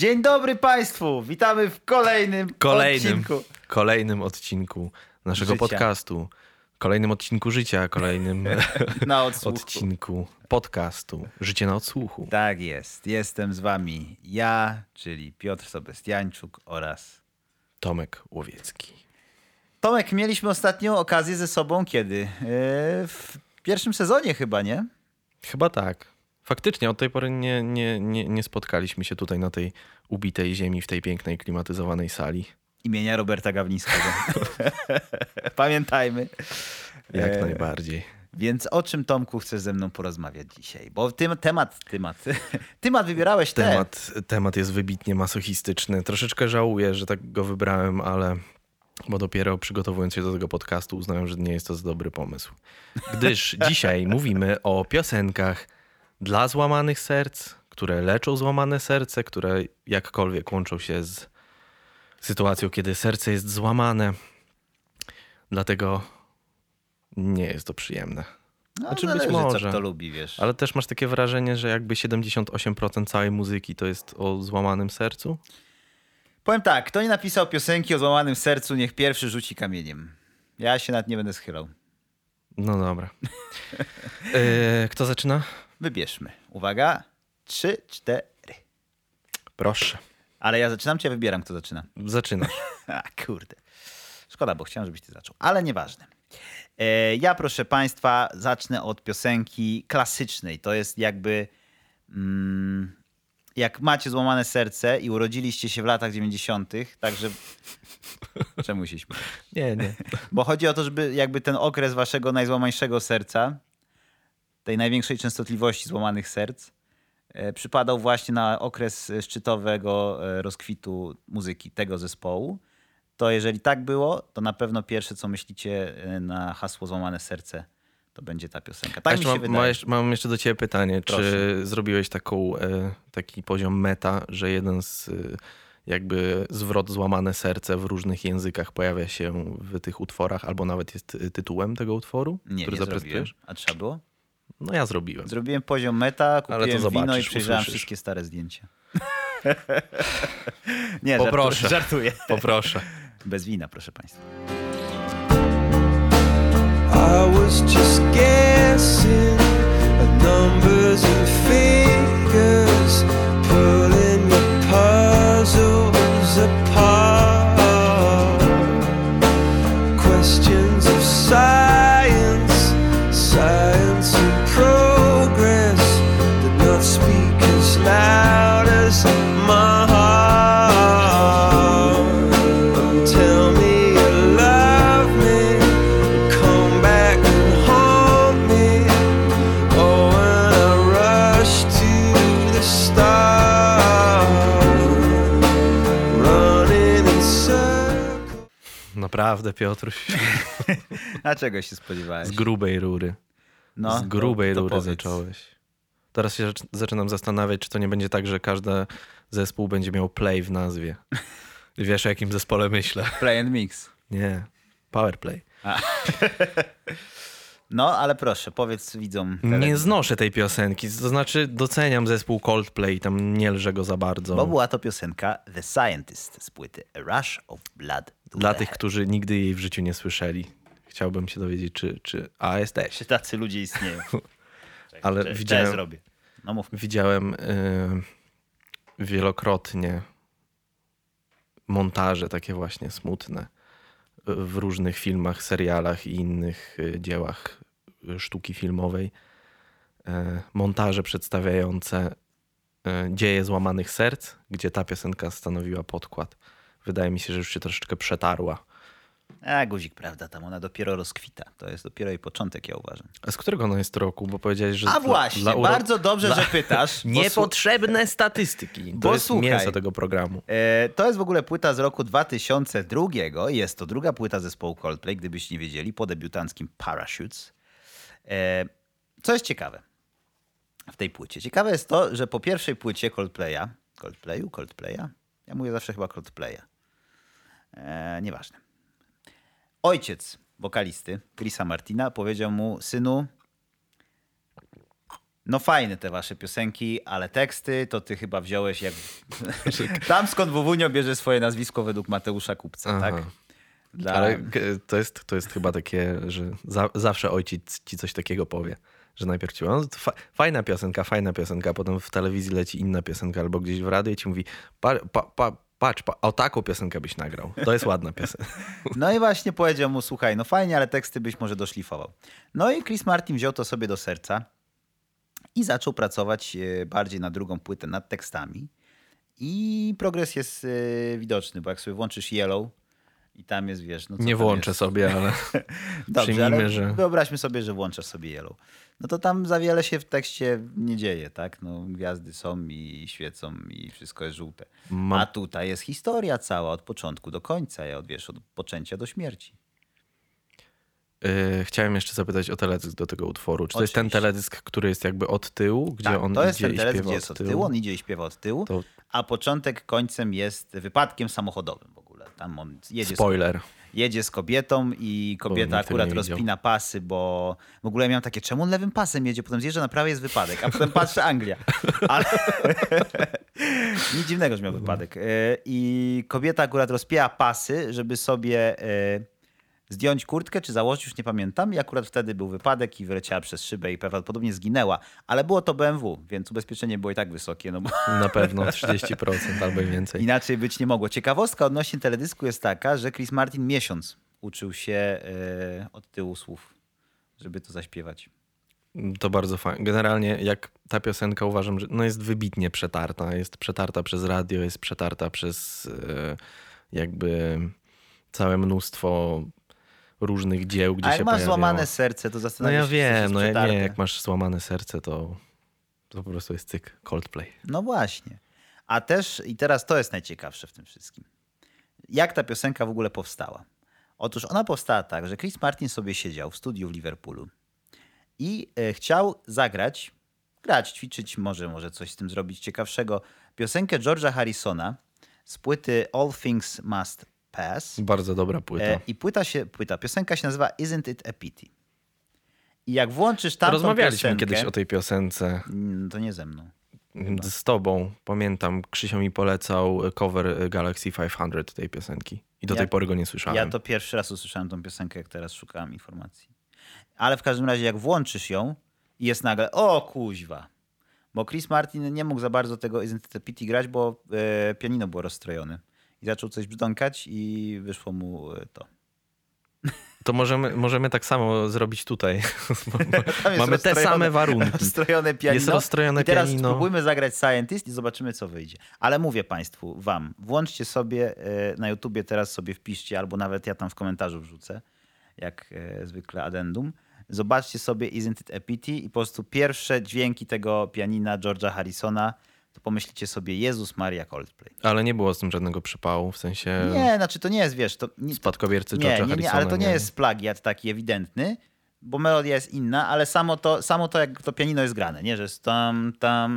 Dzień dobry Państwu! Witamy w kolejnym odcinku naszego podcastu. Kolejnym odcinku życia, kolejnym odcinku podcastu Życie na odsłuchu. Tak jest. Jestem z wami ja, czyli Piotr Sobestiańczuk oraz Tomek Łowiecki. Tomek, mieliśmy ostatnią okazję ze sobą kiedy? W pierwszym sezonie chyba, nie? Chyba tak. Faktycznie od tej pory nie spotkaliśmy się tutaj na tej ubitej ziemi, w tej pięknej, klimatyzowanej sali. Imienia Roberta Gawlińskiego. Pamiętajmy. Jak najbardziej. Więc o czym, Tomku, chcesz ze mną porozmawiać dzisiaj? Bo temat wybierałeś Temat jest wybitnie masochistyczny. Troszeczkę żałuję, że tak go wybrałem, bo dopiero przygotowując się do tego podcastu uznałem, że nie jest to za dobry pomysł. Gdyż dzisiaj mówimy o piosenkach dla złamanych serc, które leczą złamane serce, które jakkolwiek łączą się z sytuacją, kiedy serce jest złamane. Dlatego nie jest to przyjemne. Znaczy być może, kto lubi, wiesz. Ale też masz takie wrażenie, że jakby 78% całej muzyki to jest o złamanym sercu? Powiem tak, kto nie napisał piosenki o złamanym sercu, niech pierwszy rzuci kamieniem. Ja się nad nie będę schylał. No dobra. Kto zaczyna? Wybierzmy. Uwaga. 3, 4. Proszę. Ale ja zaczynam, czy ja wybieram, kto zaczyna? Zaczynasz. A, kurde. Szkoda, bo chciałem, żebyś ty zaczął. Ale nieważne. Ja, proszę państwa, zacznę od piosenki klasycznej. To jest jakby... jak macie złamane serce i urodziliście się w latach 90., także... Czemu się śmieję? Nie. Bo chodzi o to, żeby jakby ten okres waszego najzłamańszego serca, tej największej częstotliwości złamanych serc, przypadał właśnie na okres szczytowego rozkwitu muzyki tego zespołu. To jeżeli tak było, to na pewno pierwsze, co myślicie na hasło złamane serce, to będzie ta piosenka. Tak mi się wydaje. Mam jeszcze do ciebie pytanie. Proszę. Czy zrobiłeś taki poziom meta, że jeden z jakby zwrot złamane serce w różnych językach pojawia się w tych utworach, albo nawet jest tytułem tego utworu, który zaprezentujesz? A trzeba było? No ja zrobiłem. Zrobiłem poziom meta, kupiłem wino i przejrzałem usłyszysz. wszystkie stare zdjęcia. Nie, Poproszę. Żartuję. Poproszę. Bez wina, proszę państwa. I was just guessing at numbers and figures, pulling your puzzles apart. Questions of science, science and progress did not speak as loud as my heart. Tell me you love me, come back and haunt me. Oh, when I rush to the start, running in circles. Naprawdę, Piotruś. A czego się spodziewałeś? Z grubej rury. No, Z grubej to rury powiedz. zacząłeś. Teraz się zaczynam zastanawiać, czy to nie będzie tak, że każdy zespół będzie miał play w nazwie. Wiesz, o jakim zespole myślę? Play and mix. Nie. Powerplay. No, ale proszę, powiedz widzom. Nie znoszę tej piosenki. To znaczy doceniam zespół Coldplay, tam nie lżę go za bardzo. Bo była to piosenka The Scientist z płyty A Rush of Blood to Dla the tych, Head. którzy nigdy jej w życiu nie słyszeli. Chciałbym się dowiedzieć, czy jesteś. Czy tacy ludzie istnieją? Ale Ja zrobię. No mów. widziałem wielokrotnie montaże takie właśnie smutne w różnych filmach, serialach i innych dziełach sztuki filmowej. Montaże przedstawiające dzieje złamanych serc, gdzie ta piosenka stanowiła podkład. Wydaje mi się, że już się troszeczkę przetarła. A guzik, prawda, tam ona dopiero rozkwita. To jest dopiero jej początek, ja uważam. A z którego ona jest roku? Bo powiedziałeś, że... A właśnie, bardzo dobrze, że pytasz. Niepotrzebne statystyki. Bo To jest słuchaj, mięso tego programu. To jest w ogóle płyta z roku 2002. Jest to druga płyta zespołu Coldplay, gdybyście nie wiedzieli, po debiutanckim Parachutes. Co jest ciekawe w tej płycie? Ciekawe jest to, że po pierwszej płycie Coldplaya, ja mówię zawsze chyba Coldplaya, nieważne. Ojciec wokalisty Chrisa Martina powiedział mu: synu, No fajne te wasze piosenki, ale teksty to ty chyba wziąłeś jak... Tam skąd Wówunio bierze swoje nazwisko według Mateusza Kupca, tak? Aha. Ale to jest chyba takie, że zawsze ojciec ci coś takiego powie, że najpierw ci mówi, no, fajna piosenka, a potem w telewizji leci inna piosenka albo gdzieś w radiu i ci mówi, patrz, o taką piosenkę byś nagrał. To jest ładna piosenka. No i właśnie powiedział mu, słuchaj, no fajnie, ale teksty byś może doszlifował. No i Chris Martin wziął to sobie do serca i zaczął pracować bardziej na drugą płytę nad tekstami. I progres jest widoczny, bo jak sobie włączysz Yellow i tam jest, wiesz... No co nie tam włączę jest? sobie, ale Dobrze, przyjmijmy, ale że... wyobraźmy sobie, że włączasz sobie Yellow. No to tam za wiele się w tekście nie dzieje, tak? No, gwiazdy są i świecą i wszystko jest żółte. A tutaj jest historia cała od początku do końca, od poczęcia do śmierci. Chciałem jeszcze zapytać o teledysk do tego utworu. Czy to jest ten Oczywiście. teledysk, który jest jakby od tyłu, gdzie Tak, on to jest idzie ten i teledysk, śpiewa gdzie jest od od tyłu, on idzie i śpiewa od tyłu, To a początek końcem jest wypadkiem samochodowym w ogóle. Tam on jedzie spoiler. jedzie z kobietą i kobieta nikt tego akurat nie widział. rozpina pasy, bo w ogóle miałem takie, czemu on lewym pasem jedzie, potem zjeżdża na prawej, jest wypadek, a potem patrzę Anglia. Ale nic dziwnego, że miał wypadek. I kobieta akurat rozpija pasy, żeby sobie zdjąć kurtkę czy założyć, już nie pamiętam. I akurat wtedy był wypadek i wyleciała przez szybę i prawdopodobnie zginęła. Ale było to BMW, więc ubezpieczenie było i tak wysokie. No bo Na pewno 30% albo i więcej. inaczej być nie mogło. Ciekawostka odnośnie teledysku jest taka, że Chris Martin miesiąc uczył się od tyłu słów, żeby to zaśpiewać. To bardzo fajnie. Generalnie jak ta piosenka uważam, że no jest wybitnie przetarta. Jest przetarta przez radio, jest przetarta przez jakby całe mnóstwo różnych dzieł, gdzie A się jak masz pojawiało. złamane serce, to No zastanawiasz ja się, co jest wiem, no przetarte. nie, jak masz złamane serce, to po prostu jest cyk, Coldplay. No właśnie. A też, i teraz to jest najciekawsze w tym wszystkim. Jak ta piosenka w ogóle powstała? Otóż ona powstała tak, że Chris Martin sobie siedział w studiu w Liverpoolu i chciał grać, ćwiczyć, może coś z tym zrobić ciekawszego, piosenkę George'a Harrisona z płyty All Things Must Pass. Bardzo dobra płyta. I piosenka się nazywa Isn't It a Pity? I jak włączysz tamtą Rozmawialiśmy piosenkę, kiedyś o tej piosence to nie ze mną. z tobą. Pamiętam, Krzysio mi polecał cover Galaxy 500 tej piosenki. I do tej pory go nie słyszałem. Ja to pierwszy raz usłyszałem tą piosenkę, jak teraz szukałem informacji. Ale w każdym razie, jak włączysz ją i jest nagle, o kuźwa. Bo Chris Martin nie mógł za bardzo tego Isn't It a Pity grać, bo pianino było rozstrojone. I zaczął coś brzdąkać i wyszło mu to. To możemy tak samo zrobić tutaj. Tam jest Mamy te same warunki. Rozstrojone pianino. Jest rozstrojone I teraz pianino. spróbujmy zagrać Scientist i zobaczymy, co wyjdzie. Ale mówię państwu, wam, włączcie sobie na YouTubie, teraz sobie wpiszcie, albo nawet ja tam w komentarzu wrzucę, jak zwykle addendum. Zobaczcie sobie Isn't It a Pity i po prostu pierwsze dźwięki tego pianina George'a Harrisona, to pomyślicie sobie, Jezus Maria, Coldplay. Ale nie było z tym żadnego przypału, w sensie Nie, znaczy to nie jest, wiesz, to spadkobiercy George'a nie, Harrisona. ale to nie jest plagiat taki ewidentny, bo melodia jest inna, ale samo to jak to pianino jest grane, nie, że jest tam,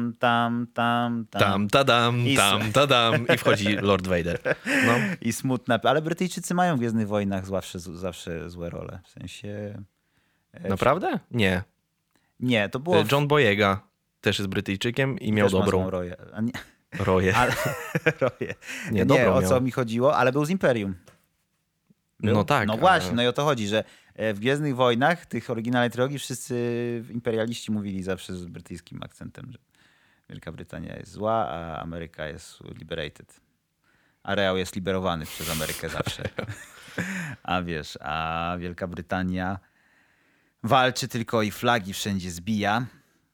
tadam, I tadam i wchodzi Lord Vader. No. i smutna, ale Brytyjczycy mają w Gwiezdnych Wojnach zawsze złe role, w sensie... Naprawdę? Nie. Nie, to było... John Boyega też jest Brytyjczykiem i miał też ma dobrą złą rolę. A nie, roję. ale, roję. Nie, Nie, dobrą o miał. co mi chodziło, ale był z Imperium. Był? No tak, No ale- właśnie, no i o to chodzi, że w Gwiezdnych Wojnach, tych oryginalnej trylogii, wszyscy imperialiści mówili zawsze z brytyjskim akcentem, że Wielka Brytania jest zła, a Ameryka jest liberated. Areał jest liberowany przez Amerykę zawsze. A Wielka Brytania walczy tylko i flagi wszędzie wbija.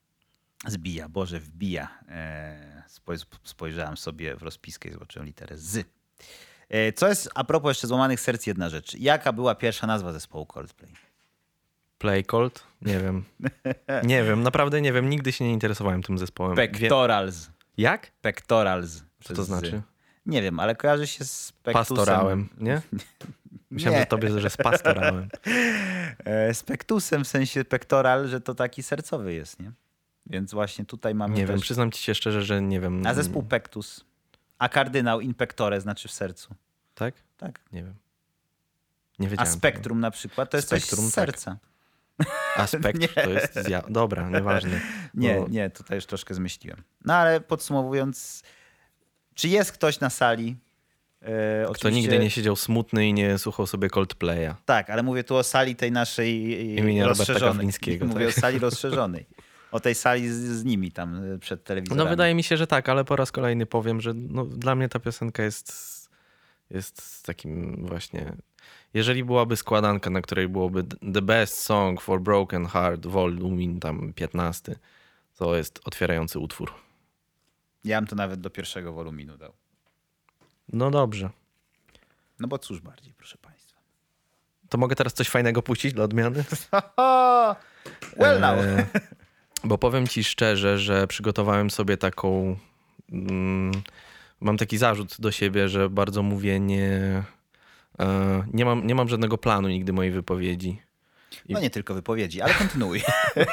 Spojrzałem sobie w rozpiskę i zobaczyłem literę Z. Co jest, a propos jeszcze złamanych serc, jedna rzecz. Jaka była pierwsza nazwa zespołu Coldplay? Play Cold? Nie wiem. Nie wiem, naprawdę nie wiem. Nigdy się nie interesowałem tym zespołem. Pectorals. Jak? Pectorals. Co przez to Z. znaczy? Nie wiem, ale kojarzy się z Pectusem. Pastorałem, nie? Myślałem, Nie. że tobie, że z pastorałem. Z Pectusem, w sensie pectoral, że to taki sercowy jest, nie? Więc właśnie tutaj mamy Nie też... wiem, przyznam ci się szczerze, że nie wiem. A zespół Pectus. A kardynał in pectore znaczy w sercu. Tak? Tak. Nie wiem. Nie A wiedziałem. spektrum na przykład to jest coś Spektrum, z tak. serca. Aspekt Nie. to jest Dobra, nieważne. Bo Nie, tutaj już troszkę zmyśliłem. No ale podsumowując, czy jest ktoś na sali? Kto Oczywiście- nigdy nie siedział smutny i nie słuchał sobie Coldplaya. Tak, ale mówię tu o sali tej naszej Imienia Roberta rozszerzonej. Gawlińskiego, Mówię tak. o sali rozszerzonej. O tej sali z nimi tam przed telewizorami. No wydaje mi się, że tak, ale po raz kolejny powiem, że dla mnie ta piosenka jest takim właśnie... Jeżeli byłaby składanka, na której byłoby The Best Song for Broken Heart Volume tam 15, to jest otwierający utwór. Ja bym to nawet do pierwszego woluminu dał. No dobrze. No bo cóż bardziej, proszę państwa. To mogę teraz coś fajnego puścić dla odmiany? Well now. Bo powiem ci szczerze, że przygotowałem sobie taką... mam taki zarzut do siebie, że bardzo mówię nie mam żadnego planu nigdy mojej wypowiedzi. No nie tylko wypowiedzi, ale kontynuuj.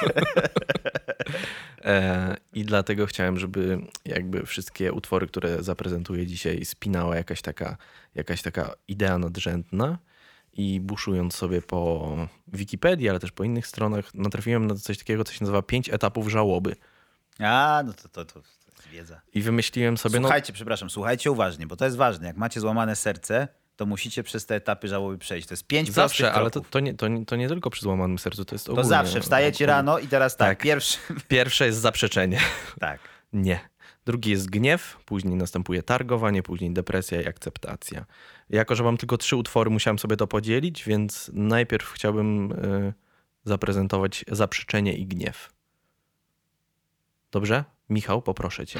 I dlatego chciałem, żeby jakby wszystkie utwory, które zaprezentuję dzisiaj, spinała jakaś taka idea nadrzędna. I buszując sobie po Wikipedii, ale też po innych stronach, natrafiłem na coś takiego, co się nazywa 5 etapów żałoby. A, no to jest wiedza. I wymyśliłem sobie... Słuchajcie uważnie, bo to jest ważne. Jak macie złamane serce, to musicie przez te etapy żałoby przejść. To jest 5 Zawsze, prostych ale kroków. to nie tylko przy złamanym sercu, to jest To ogólnie. zawsze. Wstajecie rano i teraz tak. Tak. Pierwsze jest zaprzeczenie. Tak. Nie. Drugi jest gniew, później następuje targowanie, później depresja i akceptacja. Jako że mam tylko 3 utwory, musiałem sobie to podzielić, więc najpierw chciałbym zaprezentować zaprzeczenie i gniew. Dobrze? Michał, poproszę cię.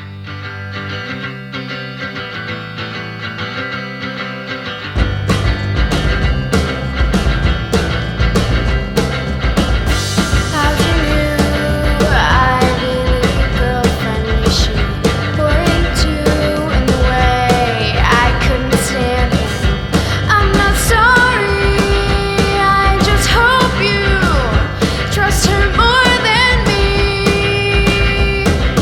Trust her more than me.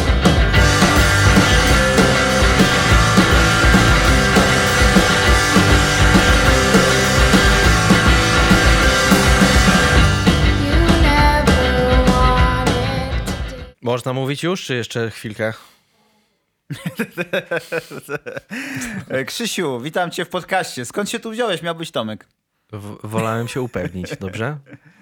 You never wanted to do. Można mówić już, czy jeszcze chwilkę? Krzysiu, witam cię w podcaście. Skąd się tu wziąłeś? Miał być Tomek. Wolałem się upewnić, dobrze?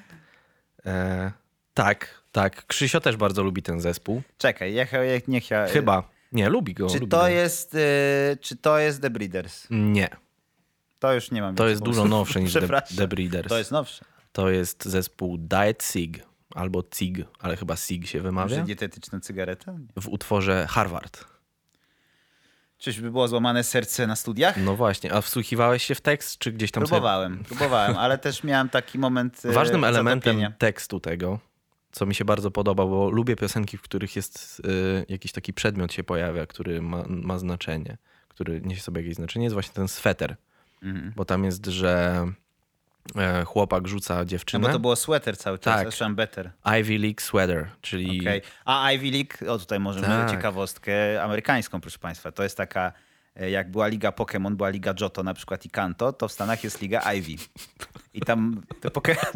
Tak. Krzysio też bardzo lubi ten zespół. Czekaj, niech ja... Chyba. Nie, lubi go. Czy lubi to go. czy to jest The Breeders? Nie. To już nie mam. To więcej jest dużo pomysłów. nowsze niż Przepraszam. The Breeders. To jest nowsze. To jest zespół Diet Sig albo Cig, ale chyba Sig się wymawia. Może dietetyczna cygareta? W utworze Harvard. Czyżby było złamane serce na studiach? No właśnie, a wsłuchiwałeś się w tekst, czy gdzieś tam Próbowałem, ale też miałem taki moment Ważnym elementem zatopienia. tekstu tego, co mi się bardzo podoba, bo lubię piosenki, w których jest jakiś taki przedmiot się pojawia, który ma znaczenie, który niesie sobie jakieś znaczenie, jest właśnie ten sweter. Bo tam jest, że chłopak rzuca No dziewczynę. bo to było sweater cały czas, Tak. zresztą better. Ivy League sweater, czyli... Okay. A Ivy League, tutaj możemy Tak. ciekawostkę amerykańską, proszę państwa. To jest taka, jak była liga Pokémon, była liga Johto na przykład i Kanto, to w Stanach jest liga Ivy. I tam te Pokémon...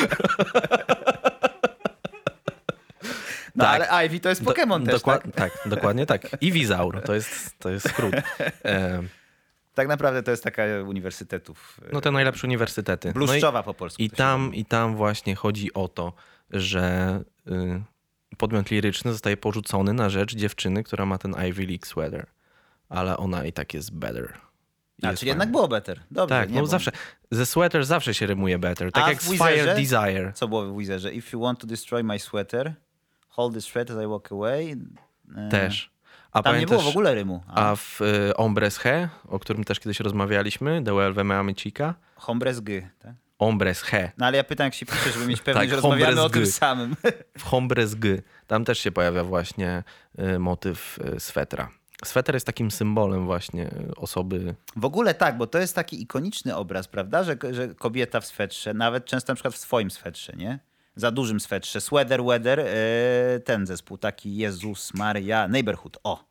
No Tak. ale Ivy to jest Pokémon też, tak? Tak, dokładnie tak. Iwizaur, to jest skrót. Tak naprawdę to jest taka uniwersytetów. No te najlepsze uniwersytety. Bluszczowa po polsku. I to się mówi. tam właśnie chodzi o to, że podmiot liryczny zostaje porzucony na rzecz dziewczyny, która ma ten Ivy League sweater. Ale ona i tak jest better. A, Jest czyli jednak fajna. było better. Dobrze. Tak, nie, no bo- zawsze. Ze sweater zawsze się rymuje better. Tak A jak w z Wizerze? Fire Desire. Co było w Wizerze? If you want to destroy my sweater, hold the thread as I walk away. Też. A Tam nie było w pamiętasz- ogóle rymu. A w Hombres He, o którym też kiedyś rozmawialiśmy, Devuelve a mi chica, Hombres G, tak? Hombres He. No ale ja pytam, jak się pisze, żeby mieć pewność, Tak, że rozmawiamy Hombres o tym G. samym. W Hombres G. Tam też się pojawia właśnie motyw swetra. Sweter jest takim symbolem właśnie osoby... W ogóle tak, bo to jest taki ikoniczny obraz, prawda? Że kobieta w swetrze, nawet często na przykład w swoim swetrze, nie? Za dużym swetrze. Sweater, weather, ten zespół taki Jezus Maria, Neighborhood, o.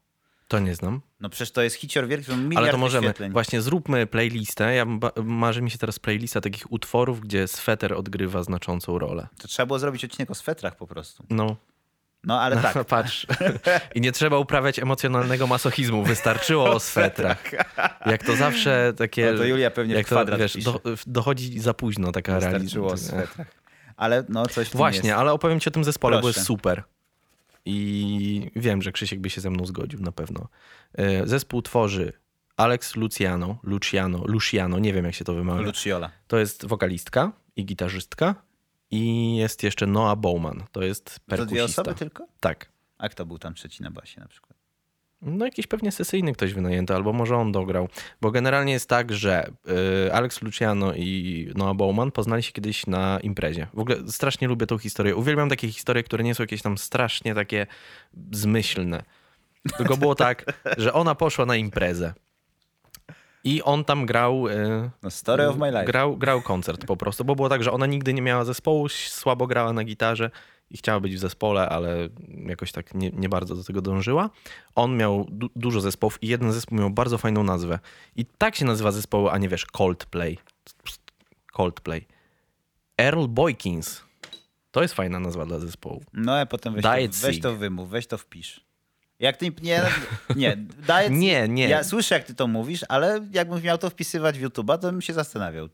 To nie znam. No przecież to jest hicior wielki, to miliard Ale to możemy. wyświetleń. Właśnie zróbmy playlistę. Marzy mi się teraz playlista takich utworów, gdzie sweter odgrywa znaczącą rolę. To trzeba było zrobić odcinek o swetrach po prostu. No, No ale tak. patrz. I nie trzeba uprawiać emocjonalnego masochizmu. Wystarczyło o swetrach. Jak to zawsze takie... No to Julia pewnie jak w kwadrat wiesz, pisze. dochodzi za późno taka Wystarczyło o realizacja. swetrach. Ale no coś w tym Właśnie, jest. ale opowiem ci o tym zespole, bo Proszę. jest super. I wiem, że Krzysiek by się ze mną zgodził na pewno. Zespół tworzy Alex Luciano, nie wiem jak się to wymawia. Luciola. To jest wokalistka i gitarzystka i jest jeszcze Noah Bowman, to jest To 2 perkusista. osoby tylko? Tak. A kto był tam trzeci na basie na przykład? No jakiś pewnie sesyjny ktoś wynajęty, albo może on dograł. Bo generalnie jest tak, że Alex Luciano i Noah Bowman poznali się kiedyś na imprezie. W ogóle strasznie lubię tą historię. Uwielbiam takie historie, które nie są jakieś tam strasznie takie zmyślne. Tylko było tak, że ona poszła na imprezę i on tam grał... No story of my life. Grał koncert po prostu, bo było tak, że ona nigdy nie miała zespołu, słabo grała na gitarze i chciała być w zespole, ale jakoś tak nie bardzo do tego dążyła. On miał dużo zespołów i jeden zespół miał bardzo fajną nazwę. I tak się nazywa zespoły, a nie wiesz, Coldplay. Earl Boykins. To jest fajna nazwa dla zespołu. No a potem Diet weź Sig. to wymów, weź to wpisz. Jak ty nie, Diet Nie. Ja słyszę jak ty to mówisz, ale jakbym miał to wpisywać w YouTube'a, to bym się zastanawiał.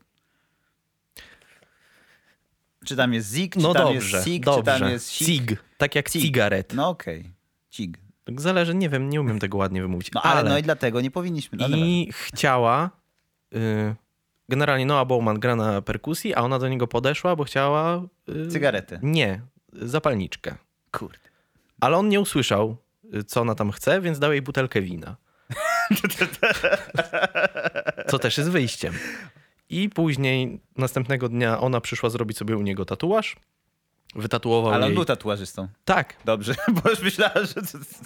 Czy tam jest Zig, czy No tam dobrze, jest Sig, dobrze. czy tam jest Sig? Cig, tak jak Cig. cigaret. No okej, Cig. Tak zależy, nie wiem, nie umiem tego ładnie wymówić. No ale no i dlatego nie powinniśmy. No, I chciała... generalnie Noah Bowman gra na perkusji, a ona do niego podeszła, bo chciała... Cygaretę. Nie, zapalniczkę. Kurde. Ale on nie usłyszał, co ona tam chce, więc dał jej butelkę wina. Co też jest wyjściem. I później, następnego dnia ona przyszła zrobić sobie u niego tatuaż. Wytatuował Ale on jej... był tatuażystą. Tak, Dobrze, bo już myślałem, że...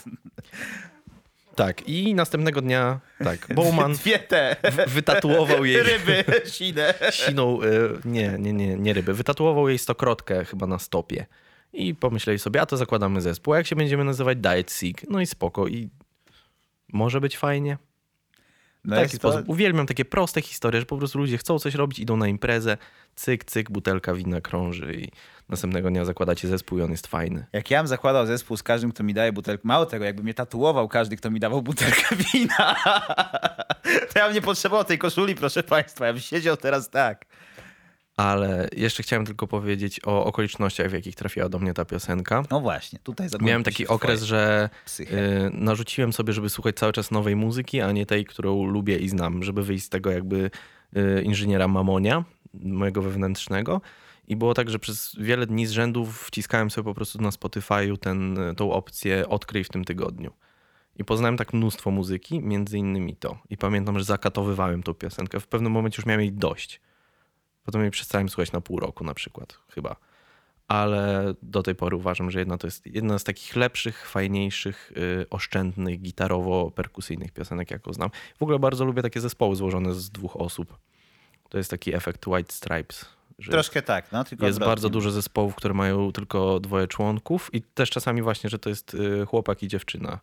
tak. I następnego dnia, tak, Bowman Dwie te wytatuował jej... ryby sine. Siną, nie ryby. Wytatuował jej stokrotkę chyba na stopie. I pomyśleli sobie, a to zakładamy zespół. A jak się będziemy nazywać Diet Sig? No i spoko. I może być fajnie. W No taki jest to, sposób. Uwielbiam takie proste historie, że po prostu ludzie chcą coś robić, idą na imprezę, cyk, cyk, butelka wina krąży i następnego dnia zakładacie zespół i on jest fajny. jak ja bym zakładał zespół z każdym, kto mi daje butelkę, mało tego, jakby mnie tatuował każdy, kto mi dawał butelkę wina, to ja bym nie potrzebował tej koszuli, proszę państwa. Ja bym siedział teraz tak. Ale jeszcze chciałem tylko powiedzieć o okolicznościach, w jakich trafiła do mnie ta piosenka. No właśnie, tutaj Miałem taki okres, że psychę. narzuciłem sobie, żeby słuchać cały czas nowej muzyki, a nie tej, którą lubię i znam, żeby wyjść z tego jakby inżyniera Mamonia, mojego wewnętrznego. I było tak, że przez wiele dni z rzędu wciskałem sobie po prostu na Spotify'u tą opcję odkryj w tym tygodniu. I poznałem tak mnóstwo muzyki, między innymi to. I pamiętam, że zakatowywałem tą piosenkę. W pewnym momencie już miałem jej dość. Potem jej przestałem słuchać na pół roku na przykład, chyba. Ale do tej pory uważam, że to jest jedna z takich lepszych, fajniejszych, oszczędnych, gitarowo-perkusyjnych piosenek, jaką znam. W ogóle bardzo lubię takie zespoły złożone z 2 osób. To jest taki efekt White Stripes. Że Troszkę tak, no tylko jest odwrotnie. bardzo dużo zespołów, które mają tylko 2 członków i też czasami właśnie, że to jest chłopak i dziewczyna.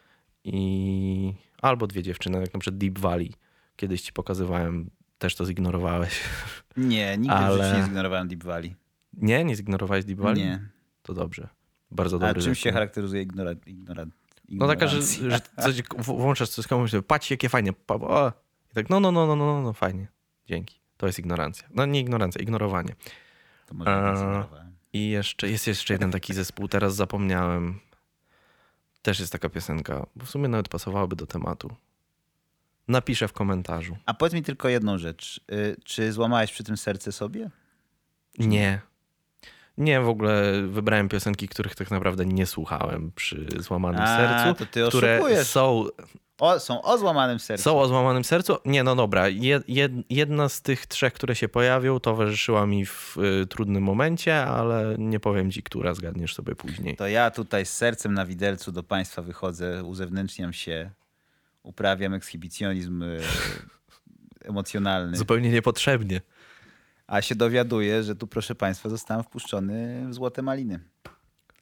Albo 2 dziewczyny, jak na przykład Deep Valley. Kiedyś ci pokazywałem, też to zignorowałeś. Nie, nigdy w Ale- życiu nie zignorowałem Deep Valley. Nie zignorowałeś Deep Valley? Nie. To dobrze. Bardzo A dobry czym się zespół. charakteryzuje No taka, że coś włączasz coś komuś, patrz jakie fajnie. O. I tak no, fajnie. Dzięki. To jest ignorancja. No nie ignorancja, ignorowanie. To może nie zignorowałem. I jest jeszcze jeden taki zespół, teraz zapomniałem. Też jest taka piosenka, bo w sumie nawet pasowałaby do tematu. Napiszę w komentarzu. A powiedz mi tylko jedną rzecz. Czy złamałeś przy tym serce sobie? Nie. Nie, w ogóle wybrałem piosenki, których tak naprawdę nie słuchałem przy złamanym sercu. To ty które oszukujesz. są O złamanym sercu. Są o złamanym sercu? Nie, no dobra. Jedna z tych 3, które się pojawią, towarzyszyła mi w trudnym momencie, ale nie powiem ci, która, zgadniesz sobie później. To ja tutaj z sercem na widelcu do państwa wychodzę, uzewnętrzniam się, uprawiam ekshibicjonizm emocjonalny. Zupełnie niepotrzebnie. A się dowiaduję, że tu, proszę państwa, zostałem wpuszczony w złote maliny.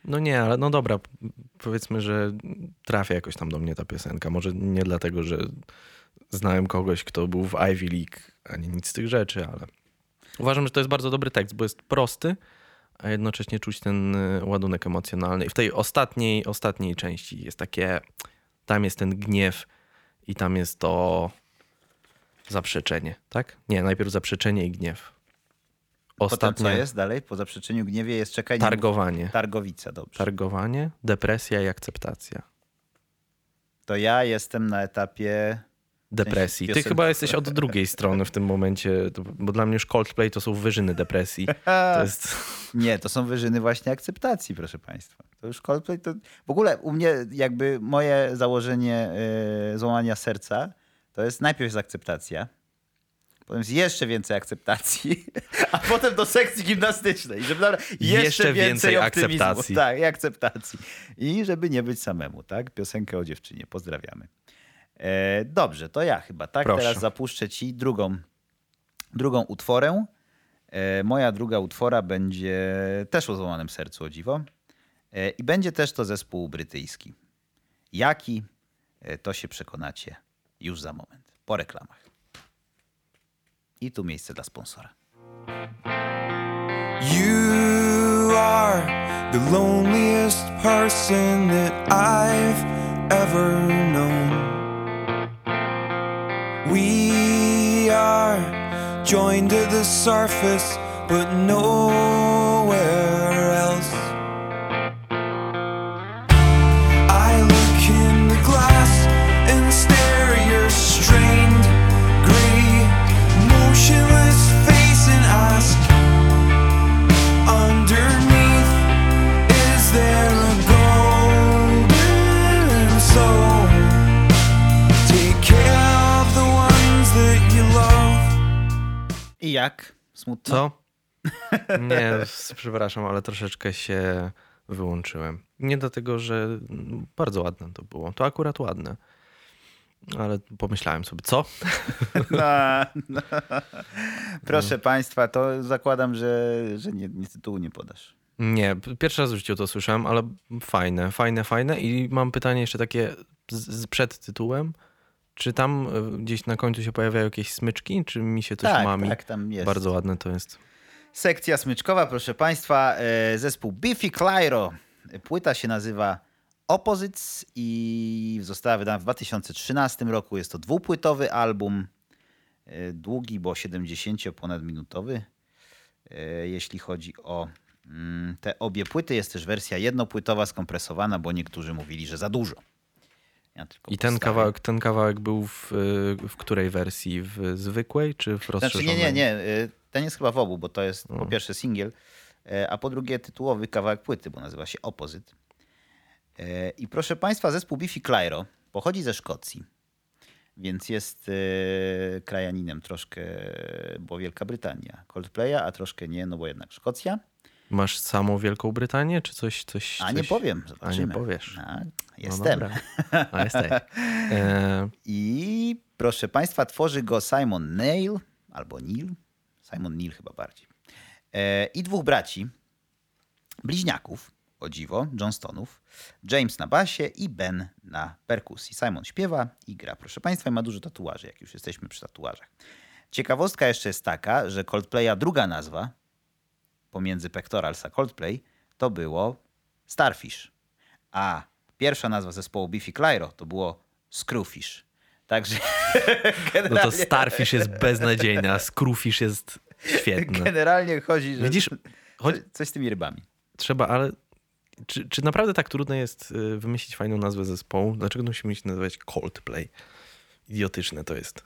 No nie, ale no dobra, powiedzmy, że trafia jakoś tam do mnie ta piosenka. Może nie dlatego, że znałem kogoś, kto był w Ivy League, ani nic z tych rzeczy, ale uważam, że to jest bardzo dobry tekst, bo jest prosty, a jednocześnie czuć ten ładunek emocjonalny. I w tej ostatniej części jest takie, tam jest ten gniew i tam jest to zaprzeczenie, tak? Nie, najpierw zaprzeczenie i gniew. Potem co jest dalej? Po zaprzeczeniu gniewie jest czekanie. Targowanie. Targowica, dobrze. Targowanie, depresja i akceptacja. To ja jestem na etapie... Depresji. Ty piosenki. chyba jesteś od drugiej strony w tym momencie, bo dla mnie już Coldplay to są wyżyny depresji. To jest... Nie, to są wyżyny właśnie akceptacji, proszę państwa. To już Coldplay to... W ogóle u mnie jakby moje założenie złamania serca to jest najpierw jest akceptacja, potem jest jeszcze więcej akceptacji, a potem do sekcji gimnastycznej, żeby jeszcze więcej optymizmu. akceptacji. Tak, i akceptacji. I żeby nie być samemu, tak? Piosenkę o dziewczynie. Pozdrawiamy. Dobrze, to ja chyba, tak? Proszę. Teraz zapuszczę ci drugą utworę. Moja druga utwora będzie też o złamanym sercu, o dziwo. I będzie też to zespół brytyjski. Jaki? To się przekonacie już za moment, po reklamach. I tu miejsce dla sponsora. You are the loneliest person that I've ever known. We are joined to the surface, but nowhere else. I look in the glass and stare at your strained, gray, motionless face and ask, underneath, is there a golden soul? Take care of the ones that you love. I jak? Smutno? Co? Nie, przepraszam, ale troszeczkę się wyłączyłem. Nie dlatego, że bardzo ładne to było. To akurat ładne. Ale pomyślałem sobie, co? No. Proszę państwa, to zakładam, że nie tytułu nie podasz. Nie, pierwszy raz w życiu to słyszałem, ale fajne. I mam pytanie jeszcze takie przed tytułem. Czy tam gdzieś na końcu się pojawiają jakieś smyczki? Czy mi się coś mami? Tak, tam jest. Bardzo ładne to jest. Sekcja smyczkowa, proszę państwa. Zespół Biffy Clyro. Płyta się nazywa Opposites i została wydana w 2013 roku. Jest to dwupłytowy album. Długi, bo 70-ponadminutowy. Jeśli chodzi o te obie płyty, jest też wersja jednopłytowa, skompresowana, bo niektórzy mówili, że za dużo. Ja tylko I ten postawię. kawałek był w której wersji? W zwykłej czy w rozszerzonej? Znaczy nie. Ten jest chyba w obu, bo to jest po pierwsze singiel, a po drugie tytułowy kawałek płyty, bo nazywa się Opposite. I proszę państwa, zespół Biffy Clyro pochodzi ze Szkocji, więc jest krajaninem troszkę, bo Wielka Brytania Coldplaya, a troszkę nie, no bo jednak Szkocja. Masz samą Wielką Brytanię, czy coś? A nie powiem, zobaczymy. A nie powiesz. Jestem. No dobra. A jesteś. I proszę państwa, tworzy go Simon Neil, albo Neil. Simon Neil chyba bardziej. I dwóch braci, bliźniaków, o dziwo, Johnstonów. James na basie i Ben na perkusji. Simon śpiewa i gra, proszę państwa, i ma dużo tatuaży, jak już jesteśmy przy tatuażach. Ciekawostka jeszcze jest taka, że Coldplaya druga nazwa pomiędzy Pectorals a Coldplay to było Starfish. A pierwsza nazwa zespołu Biffy Clyro to było Screwfish. Także No to Starfish jest beznadziejny, a Screwfish jest świetny. generalnie chodzi, że Widzisz, coś z tymi rybami. trzeba, ale czy naprawdę tak trudno jest wymyślić fajną nazwę zespołu? Dlaczego musimy się nazywać Coldplay? Idiotyczne to jest.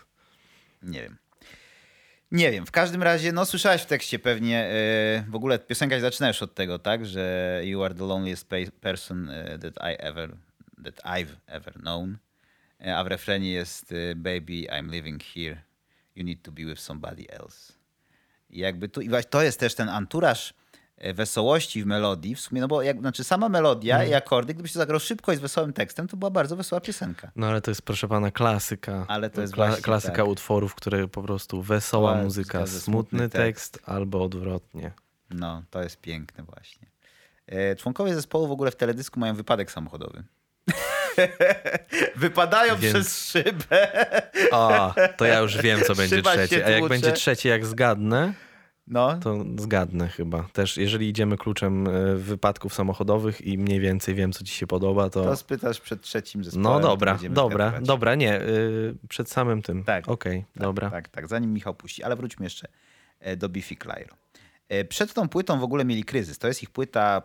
Nie wiem. W każdym razie, no słyszałeś w tekście pewnie, w ogóle piosenka się zaczyna już od tego, tak, że you are the loneliest person that I've ever known. A w refrenie jest baby, I'm living here. You need to be with somebody else. I jakby tu, i właśnie to jest też ten anturaż wesołości w melodii, w sumie, no bo znaczy sama melodia i akordy, gdyby się zagrał szybko i z wesołym tekstem, to była bardzo wesoła piosenka. No ale to jest, proszę pana, klasyka. Ale to jest właśnie klasyka tak. utworów, które po prostu wesoła Wesoła muzyka, muzyka ze smutny smutny tekst albo odwrotnie. No, to jest piękne właśnie. Członkowie zespołu w ogóle w teledysku mają wypadek samochodowy. Wypadają Więc- przez szybę. O, to ja już wiem, co będzie Szyba się trzecie. A jak tłucze. będzie trzecie, jak zgadnę, No, to zgadnę chyba. Też jeżeli idziemy kluczem wypadków samochodowych i mniej więcej wiem, co ci się podoba, to spytasz przed trzecim zespołem. No to dobra, będziemy dobra, zgadywać. dobra, nie, przed samym tym. Tak. Okej, dobra. Tak, zanim Michał puści. Ale wróćmy jeszcze do Biffy Clyro. Przed tą płytą w ogóle mieli kryzys. To jest ich płyta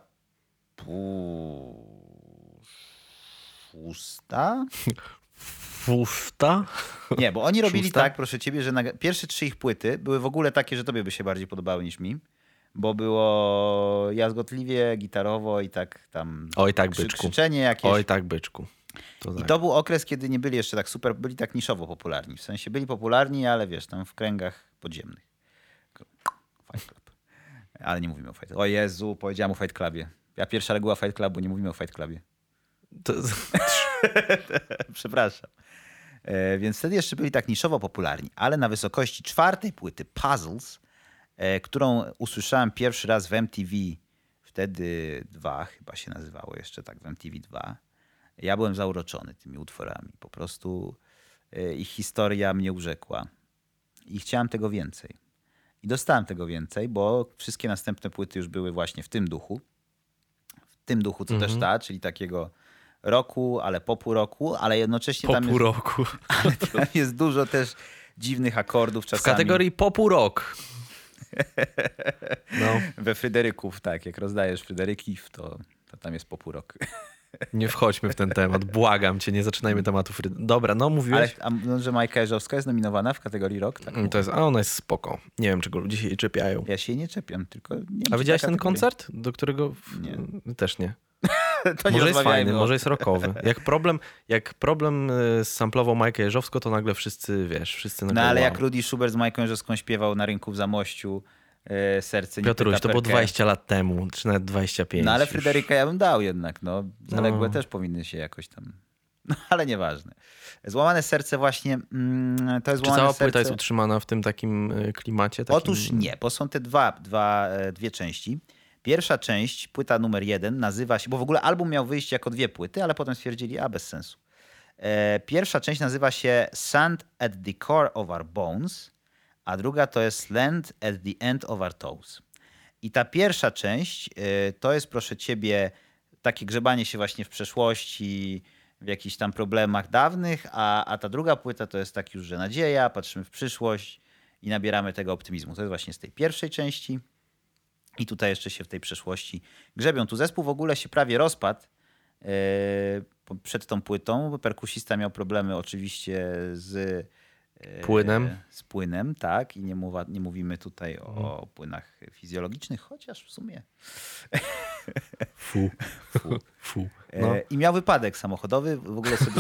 szósta? Fusta? Nie, bo oni robili Szósta? tak, proszę ciebie, że pierwsze 3 ich płyty były w ogóle takie, że tobie by się bardziej podobały niż mi. Bo było jazgotliwie, gitarowo i tak tam Oj tak, byczku. krzyczenie jakieś. Oj tak, byczku. To I tak. to był okres, kiedy nie byli jeszcze tak super, byli tak niszowo popularni. W sensie byli popularni, ale wiesz, tam w kręgach podziemnych. Fight Club. Ale nie mówimy o Fight Clubie. O Jezu, powiedziałem o Fight Clubie. Ja pierwsza reguła Fight Clubu, nie mówimy o Fight Clubie. To... Przepraszam. Więc wtedy jeszcze byli tak niszowo popularni, ale na wysokości 4. płyty Puzzles, którą usłyszałem pierwszy raz w MTV, wtedy 2 chyba się nazywało jeszcze tak, w MTV 2. Ja byłem zauroczony tymi utworami. Po prostu ich historia mnie urzekła. I chciałem tego więcej. I dostałem tego więcej, bo wszystkie następne płyty już były właśnie w tym duchu. W tym duchu, co też ta, czyli takiego roku, ale po pół roku, ale jednocześnie Po tam pół jest, roku. tam jest dużo też dziwnych akordów W czasami. kategorii po pół rok. No, We Fryderyków, tak, jak rozdajesz Fryderykів, to tam jest po pół roku. nie wchodźmy w ten temat. Błagam cię, nie zaczynajmy tematu. Dobra, no Ale mówiłeś. że Majka Jeżowska jest nominowana w kategorii rok? Tak. To jest, a ona jest spoko. Nie wiem, czego ludzie się jej czepiają. Ja się jej nie czepiam, tylko nie wiem, A czy widziałeś ta ten kategoria- koncert, do którego... Też nie. To nie Może jest rozmawiajmy fajny, o- może jest rockowy. Jak problem samplował Majkę Jeżowską, to nagle wszyscy, wiesz, wszyscy nagle No ale wow. jak Rudy Schubert z Majką Jeżowską śpiewał na rynku w Zamościu serce nie Piotruś, pyta to było perkę. 20 lat temu, czy nawet 25. No ale już. Fryderyka ja bym dał jednak, no. Zaległe No. też powinny się jakoś tam... No ale nieważne. Złamane serce właśnie, to jest Czy złamane cała serce... płyta jest utrzymana w tym takim klimacie? Takim... Otóż nie, bo są te dwie części. Pierwsza część, płyta numer 1, nazywa się, bo w ogóle album miał wyjść jako 2 płyty, ale potem stwierdzili, bez sensu. Pierwsza część nazywa się Sand at the Core of Our Bones, a druga to jest Land at the End of Our Toes. I ta pierwsza część to jest, proszę ciebie, takie grzebanie się właśnie w przeszłości, w jakichś tam problemach dawnych, a ta druga płyta to jest tak już, że nadzieja, patrzymy w przyszłość i nabieramy tego optymizmu. To jest właśnie z tej pierwszej części. I tutaj jeszcze się w tej przeszłości grzebią. Tu zespół w ogóle się prawie rozpadł przed tą płytą, bo perkusista miał problemy oczywiście z Płynem. Z płynem, tak. I nie mówimy tutaj o płynach fizjologicznych, chociaż w sumie. Fu. No. I miał wypadek samochodowy, w ogóle sobie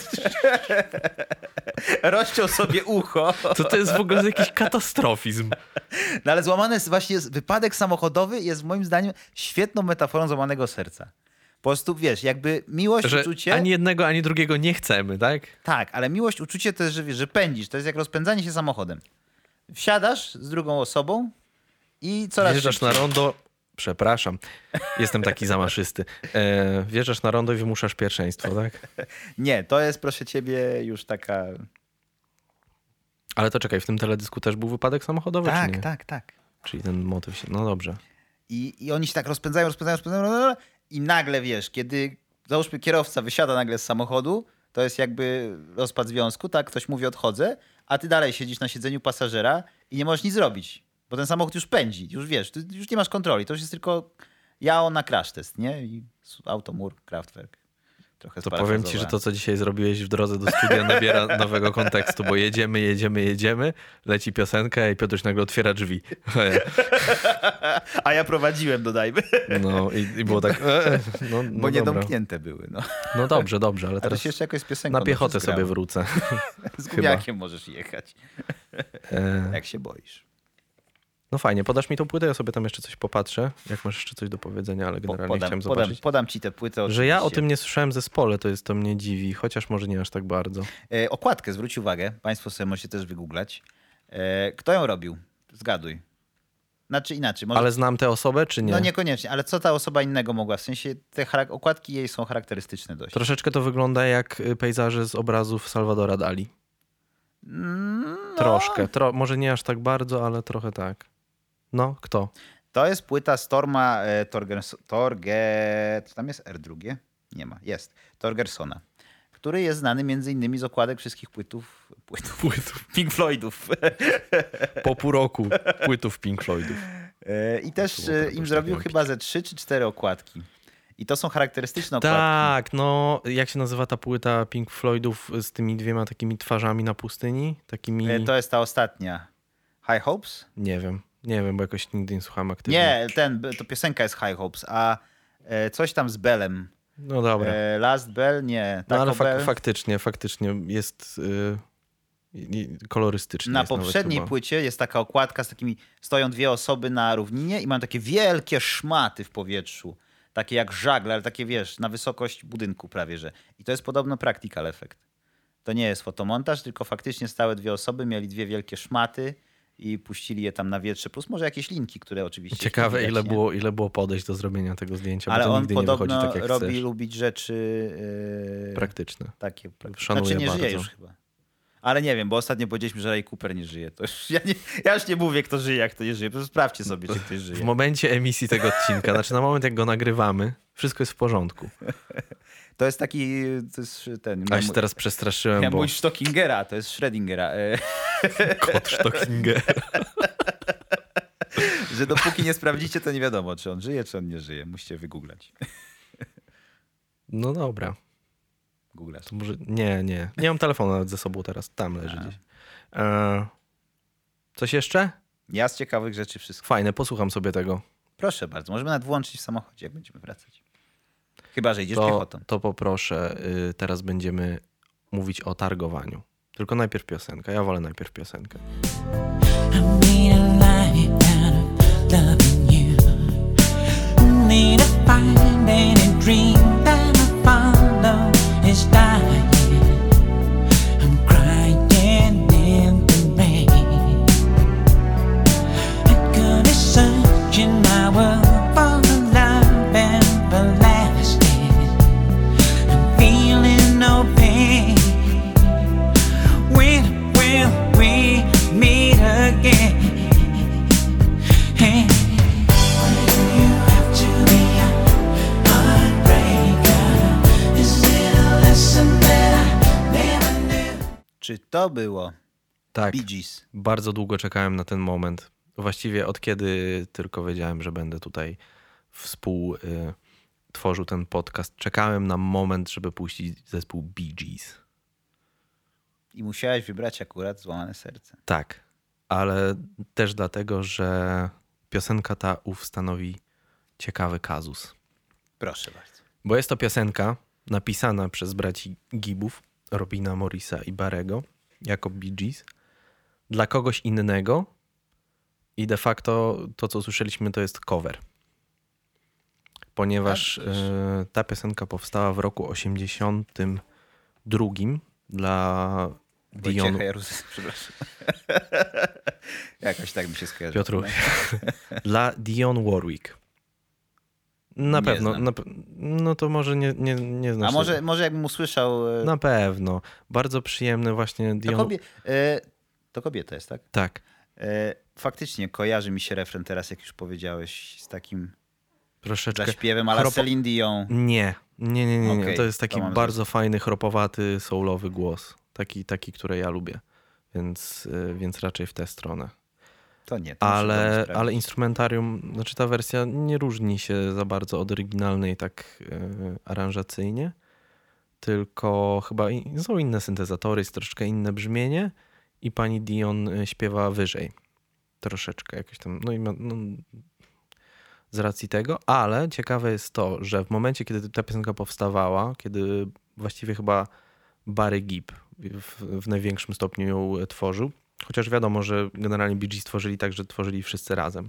rozciął sobie ucho. To jest w ogóle jakiś katastrofizm. No ale złamane jest właśnie wypadek samochodowy jest moim zdaniem świetną metaforą złamanego serca. Po prostu wiesz, jakby miłość, Że uczucie... ani jednego, ani drugiego nie chcemy, tak? Tak, ale miłość, uczucie to jest, że, wiesz, że pędzisz. To jest jak rozpędzanie się samochodem. Wsiadasz z drugą osobą i coraz Wjeżdżasz szybciej. na rondo... Przepraszam, jestem taki zamaszysty. Wjeżdżasz na rondo i wymuszasz pierwszeństwo, tak? Nie, to jest, proszę ciebie, już taka... Ale to czekaj, w tym teledysku też był wypadek samochodowy, czy nie? Tak. Czyli ten motyw się... No dobrze. I oni się tak rozpędzają i nagle, wiesz, kiedy, załóżmy, kierowca wysiada nagle z samochodu, to jest jakby rozpad związku, tak? Ktoś mówi odchodzę, a ty dalej siedzisz na siedzeniu pasażera i nie możesz nic zrobić, bo ten samochód już pędzi, już wiesz, ty już nie masz kontroli, to już jest tylko ja na crash test, nie? I auto, mur, Kraftwerk. Trochę To powiem ci, że to, co dzisiaj zrobiłeś w drodze do studia, nabiera nowego kontekstu, bo jedziemy, leci piosenka i Piotruś nagle otwiera drzwi. A ja prowadziłem, dodajmy, No i było tak... No bo nie dobra. domknięte były, no. No dobrze, ale Ale teraz się jeszcze jakoś z piosenką na piechotę dobrze sobie zgrało. wrócę. Z gumiakiem możesz jechać, E, jak się boisz. No fajnie, podasz mi tą płytę, ja sobie tam jeszcze coś popatrzę, jak masz jeszcze coś do powiedzenia, ale generalnie chciałem zobaczyć. Podam ci tę płytę. Że ja o oczywiście. tym nie słyszałem w zespole, to mnie dziwi, chociaż może nie aż tak bardzo. Okładkę, zwróć uwagę. Państwo sobie możecie też wygooglać. Kto ją robił? Zgaduj. Znaczy inaczej. Może... Ale znam tę osobę, czy nie? No niekoniecznie, ale co ta osoba innego mogła? W sensie te okładki jej są charakterystyczne dość. Troszeczkę to wygląda jak pejzaże z obrazów Salvadora Dali. No, Troszkę. Może nie aż tak bardzo, ale trochę tak. No, kto? to jest płyta Storma czy tam jest R drugie? Nie ma. Jest. Torgersona, który jest znany między innymi z okładek wszystkich płytów. Pink Floydów. Po pół roku płytów Pink Floydów. I też było tak im dość zrobił takie chyba ze 3 czy 4 okładki. I to są charakterystyczne okładki. Tak, no jak się nazywa ta płyta Pink Floydów z tymi dwiema takimi twarzami na pustyni? Takimi... To jest ta ostatnia. High Hopes? Nie wiem, bo jakoś nigdy nie słuchałem aktywnie. Nie, to piosenka jest High Hopes, a coś tam z Bellem. No dobra. Last Bell? Nie. No ale Bell. faktycznie jest kolorystycznie. Na jest nawet poprzedniej chyba. płycie jest taka okładka z takimi, stoją dwie osoby na równinie i mają takie wielkie szmaty w powietrzu. Takie jak żagle, ale takie wiesz, na wysokość budynku prawie, że. I to jest podobno practical effect. To nie jest fotomontaż, tylko faktycznie stałe dwie osoby, mieli dwie wielkie szmaty i puścili je tam na wietrze, plus może jakieś linki, które oczywiście... Ciekawe, widać, nie? ile było podejść do zrobienia tego zdjęcia, Ale bo to on nigdy nie podobno wychodzi tak, jak robi chcesz. lubić rzeczy Praktyczne. takie. Szanuję Znaczy nie żyje bardzo. już chyba. Ale nie wiem, bo ostatnio powiedzieliśmy, że Ray Cooper nie żyje. To już, ja już nie mówię, kto żyje, jak kto nie żyje. Po prostu sprawdźcie sobie, czy ktoś żyje. W momencie emisji tego odcinka, znaczy na moment jak go nagrywamy, wszystko jest w porządku. To jest taki... To jest ten... A się teraz przestraszyłem, Ja bo mój Stockingera, to jest Schrödingera. kot Stockinger. Że dopóki nie sprawdzicie, to nie wiadomo, czy on żyje, czy on nie żyje. Musicie wygooglać. No dobra. Googlasz. To może... Nie mam telefonu nawet ze sobą teraz, tam leży gdzieś. Coś jeszcze? Ja z ciekawych rzeczy wszystko. Fajne, posłucham sobie tego. Proszę bardzo, możemy nawet włączyć w samochodzie, jak będziemy wracać. Chyba, że idziesz piechotą. To poproszę, teraz będziemy mówić o targowaniu. Tylko najpierw piosenka. Ja wolę najpierw piosenkę. I made a life out of loving you. Need to find any dream that I follow is dying. I'm crying in the rain. I could search in my world for love everlasting. I'm feeling no pain. When will we meet again? Hey, why do you have to be a heartbreaker? Is it a lesson that I never knew? Czy to było Tak, Bee Gees? bardzo długo czekałem na ten moment. Właściwie od kiedy tylko wiedziałem, że będę tutaj tworzył ten podcast, czekałem na moment, żeby puścić zespół Bee Gees. I musiałeś wybrać akurat Złamane serce. Tak, ale też dlatego, że piosenka ta stanowi ciekawy kazus. Proszę bardzo. Bo jest to piosenka napisana przez braci Gibbów, Robina Morrisa i Barrego, jako Bee Gees, dla kogoś innego i de facto to, co usłyszeliśmy, to jest cover. Ponieważ ta piosenka powstała w roku 1982 dla Dion... Wojciecha Jaruzes, przepraszam. Jakoś tak mi się skojarzyło. Piotru, dla Dionne Warwick. Na Nie pewno. znam. No to może nie znasz. A może jakbym usłyszał... Na pewno. Bardzo przyjemny właśnie Dionne... To kobieta jest, tak? Tak. Faktycznie kojarzy mi się refren teraz, jak już powiedziałeś, z takim Troszeczkę. zaśpiewem a la Celine Dion. Nie. Okej, To jest taki to mam bardzo fajny, chropowaty, soulowy głos. Taki, który ja lubię. Więc raczej w tę stronę. To nie. To muszę Ale sprawdzić. instrumentarium, znaczy ta wersja nie różni się za bardzo od oryginalnej tak aranżacyjnie, tylko chyba są inne syntezatory, jest troszeczkę inne brzmienie i pani Dion śpiewa wyżej. Troszeczkę jakoś tam, z racji tego, ale ciekawe jest to, że w momencie, kiedy ta piosenka powstawała, kiedy właściwie chyba Barry Gibb w największym stopniu ją tworzył, chociaż wiadomo, że generalnie Bee Gees tworzyli tak, że tworzyli wszyscy razem.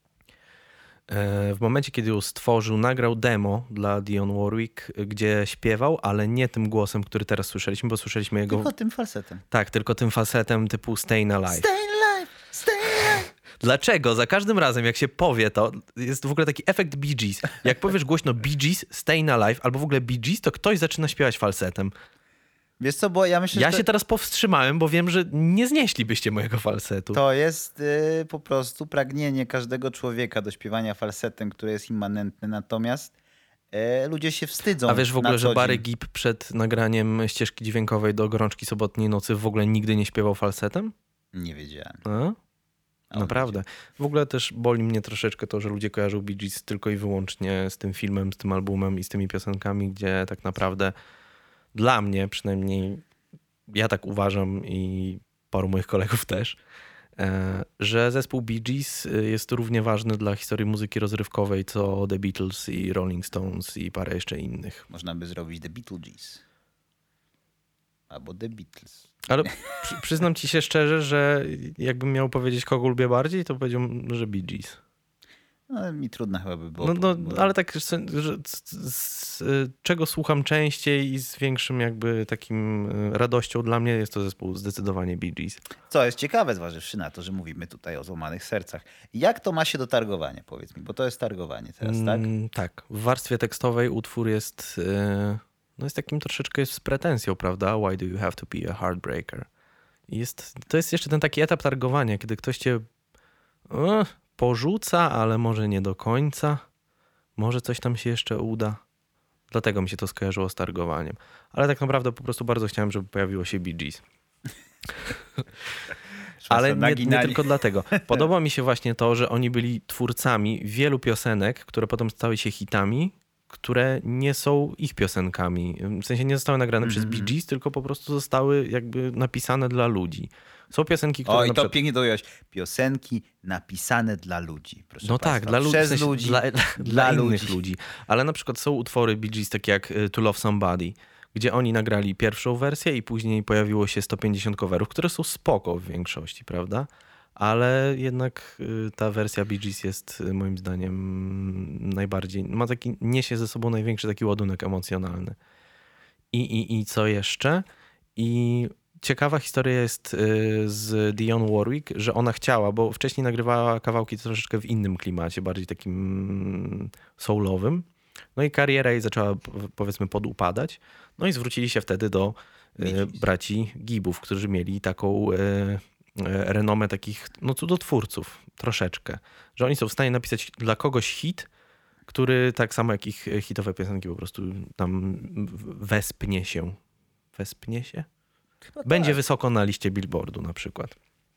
W momencie, kiedy ją stworzył, nagrał demo dla Dionne Warwick, gdzie śpiewał, ale nie tym głosem, który teraz słyszeliśmy, bo słyszeliśmy jego... Tylko tym falsetem. Tak, tylko tym falsetem typu Stayin' Alive. Stay alive, stay alive. Dlaczego za każdym razem, jak się powie to, jest w ogóle taki efekt Bee Gees. Jak powiesz głośno Bee Gees, Stayin' Alive albo w ogóle Bee Gees, to ktoś zaczyna śpiewać falsetem. Wiesz co, bo ja myślę, Ja że się teraz powstrzymałem, bo wiem, że nie znieślibyście mojego falsetu. to jest po prostu pragnienie każdego człowieka do śpiewania falsetem, które jest immanentne, natomiast ludzie się wstydzą. A wiesz w ogóle, na że co Barry dzień. Gibb przed nagraniem ścieżki dźwiękowej do Gorączki Sobotniej Nocy w ogóle nigdy nie śpiewał falsetem? Nie wiedziałem. A? A on Naprawdę. W ogóle też boli mnie troszeczkę to, że ludzie kojarzą Bee Gees tylko i wyłącznie z tym filmem, z tym albumem i z tymi piosenkami, gdzie tak naprawdę dla mnie przynajmniej, ja tak uważam i paru moich kolegów też, że zespół Bee Gees jest równie ważny dla historii muzyki rozrywkowej co The Beatles i Rolling Stones i parę jeszcze innych. Można by zrobić The Beetlejuice. Albo The Beatles. Ale przyznam ci się szczerze, że jakbym miał powiedzieć, kogo lubię bardziej, to powiedziałbym, że Bee Gees. No, mi trudno chyba by było. No, bo- ale tak, że czego słucham częściej i z większym jakby takim radością dla mnie jest to zespół zdecydowanie Bee Gees. Co jest ciekawe, zważywszy na to, że mówimy tutaj o złamanych sercach. Jak to ma się do targowania, powiedz mi, bo to jest targowanie teraz, tak? Tak. W warstwie tekstowej utwór jest, no jest takim troszeczkę z pretensją, prawda? Why do you have to be a heartbreaker? I to jest jeszcze ten taki etap targowania, kiedy ktoś cię porzuca, ale może nie do końca. Może coś tam się jeszcze uda. Dlatego mi się to skojarzyło z targowaniem. Ale tak naprawdę po prostu bardzo chciałem, żeby pojawiło się Bee Gees. Ale nie tylko dlatego. Podoba mi się właśnie to, że oni byli twórcami wielu piosenek, które potem stały się hitami, które nie są ich piosenkami. W sensie nie zostały nagrane przez Bee Gees, tylko po prostu zostały jakby napisane dla ludzi. Są piosenki, które Oj, na to przykład... pięknie dojąłeś. Piosenki napisane dla ludzi, proszę No państwa. tak, dla ludzi, Przez w sensie ludzi, dla innych ludzi. Ale na przykład są utwory Bee Gees takie jak To Love Somebody, gdzie oni nagrali pierwszą wersję i później pojawiło się 150 coverów, które są spoko w większości, prawda? Ale jednak ta wersja Bee Gees jest moim zdaniem najbardziej, niesie ze sobą największy taki ładunek emocjonalny. I co jeszcze? I ciekawa historia jest z Dionne Warwick, że ona chciała, bo wcześniej nagrywała kawałki troszeczkę w innym klimacie, bardziej takim soulowym. No i kariera jej zaczęła powiedzmy podupadać. No i zwrócili się wtedy do braci Gibbów, którzy mieli taką renomę takich cudotwórców troszeczkę. Że oni są w stanie napisać dla kogoś hit, który tak samo jak ich hitowe piosenki po prostu tam wespnie się. Wespnie się? Będzie wysoko na liście Billboardu na przykład.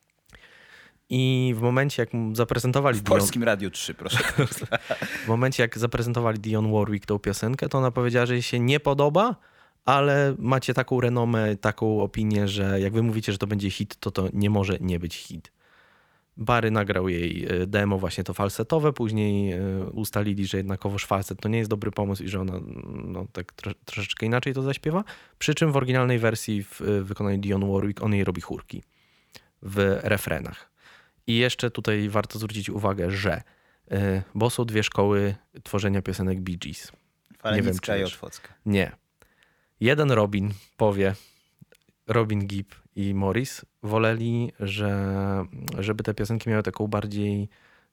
I w momencie, jak zaprezentowali w Polskim Radiu 3, proszę. w momencie, jak zaprezentowali Dionne Warwick tą piosenkę, to ona powiedziała, że jej się nie podoba, ale macie taką renomę, taką opinię, że jak wy mówicie, że to będzie hit, to nie może nie być hit. Barry nagrał jej demo właśnie to falsetowe, później ustalili, że jednakowoż falset to nie jest dobry pomysł i że ona tak troszeczkę inaczej to zaśpiewa. Przy czym w oryginalnej wersji w wykonaniu Dionne Warwick on jej robi chórki w refrenach. I jeszcze tutaj warto zwrócić uwagę, że bo są dwie szkoły tworzenia piosenek Bee Gees. Falenicka i wiesz. Otwocka. Nie. Jeden Robin Gibb i Morris woleli, żeby te piosenki miały taką bardziej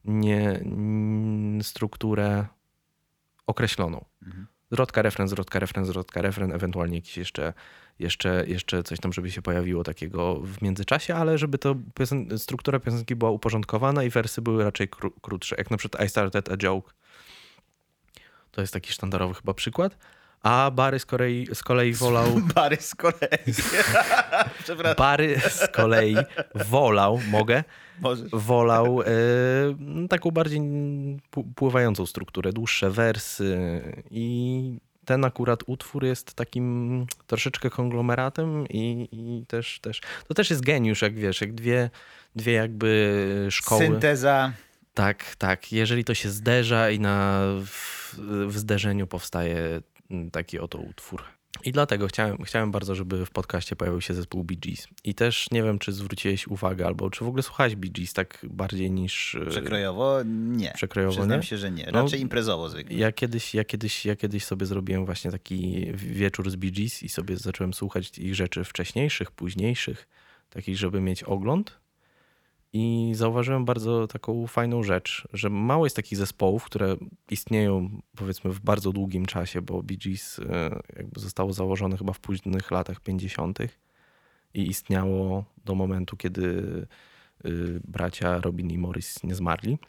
strukturę określoną. Zwrotka, refren, ewentualnie jakiś jeszcze coś tam, żeby się pojawiło takiego w międzyczasie, ale żeby to struktura piosenki była uporządkowana i wersy były raczej krótsze. Jak na przykład I Started a Joke. To jest taki sztandarowy chyba przykład. A Barry z kolei wolał... Barry z kolei. Przepraszam. Barry z kolei wolał, Możesz. wolał taką bardziej pływającą strukturę, dłuższe wersy i ten akurat utwór jest takim troszeczkę konglomeratem i też to też jest geniusz, jak wiesz, jak dwie jakby szkoły. Synteza. Tak. Jeżeli to się zderza i w zderzeniu powstaje taki oto utwór. I dlatego chciałem bardzo, żeby w podcaście pojawił się zespół Bee Gees. I też nie wiem, czy zwróciłeś uwagę, albo czy w ogóle słuchałeś Bee Gees tak bardziej niż... Przekrojowo? Nie. Przekrojowo, Przyznam nie? się, że nie. No, Raczej imprezowo zwykle. Ja kiedyś sobie zrobiłem właśnie taki wieczór z Bee Gees i sobie zacząłem słuchać ich rzeczy wcześniejszych, późniejszych, takich, żeby mieć ogląd. I zauważyłem bardzo taką fajną rzecz, że mało jest takich zespołów, które istnieją powiedzmy w bardzo długim czasie, bo Bee Gees jakby zostało założone chyba w późnych latach 50. i istniało do momentu, kiedy bracia Robin i Morris nie zmarli.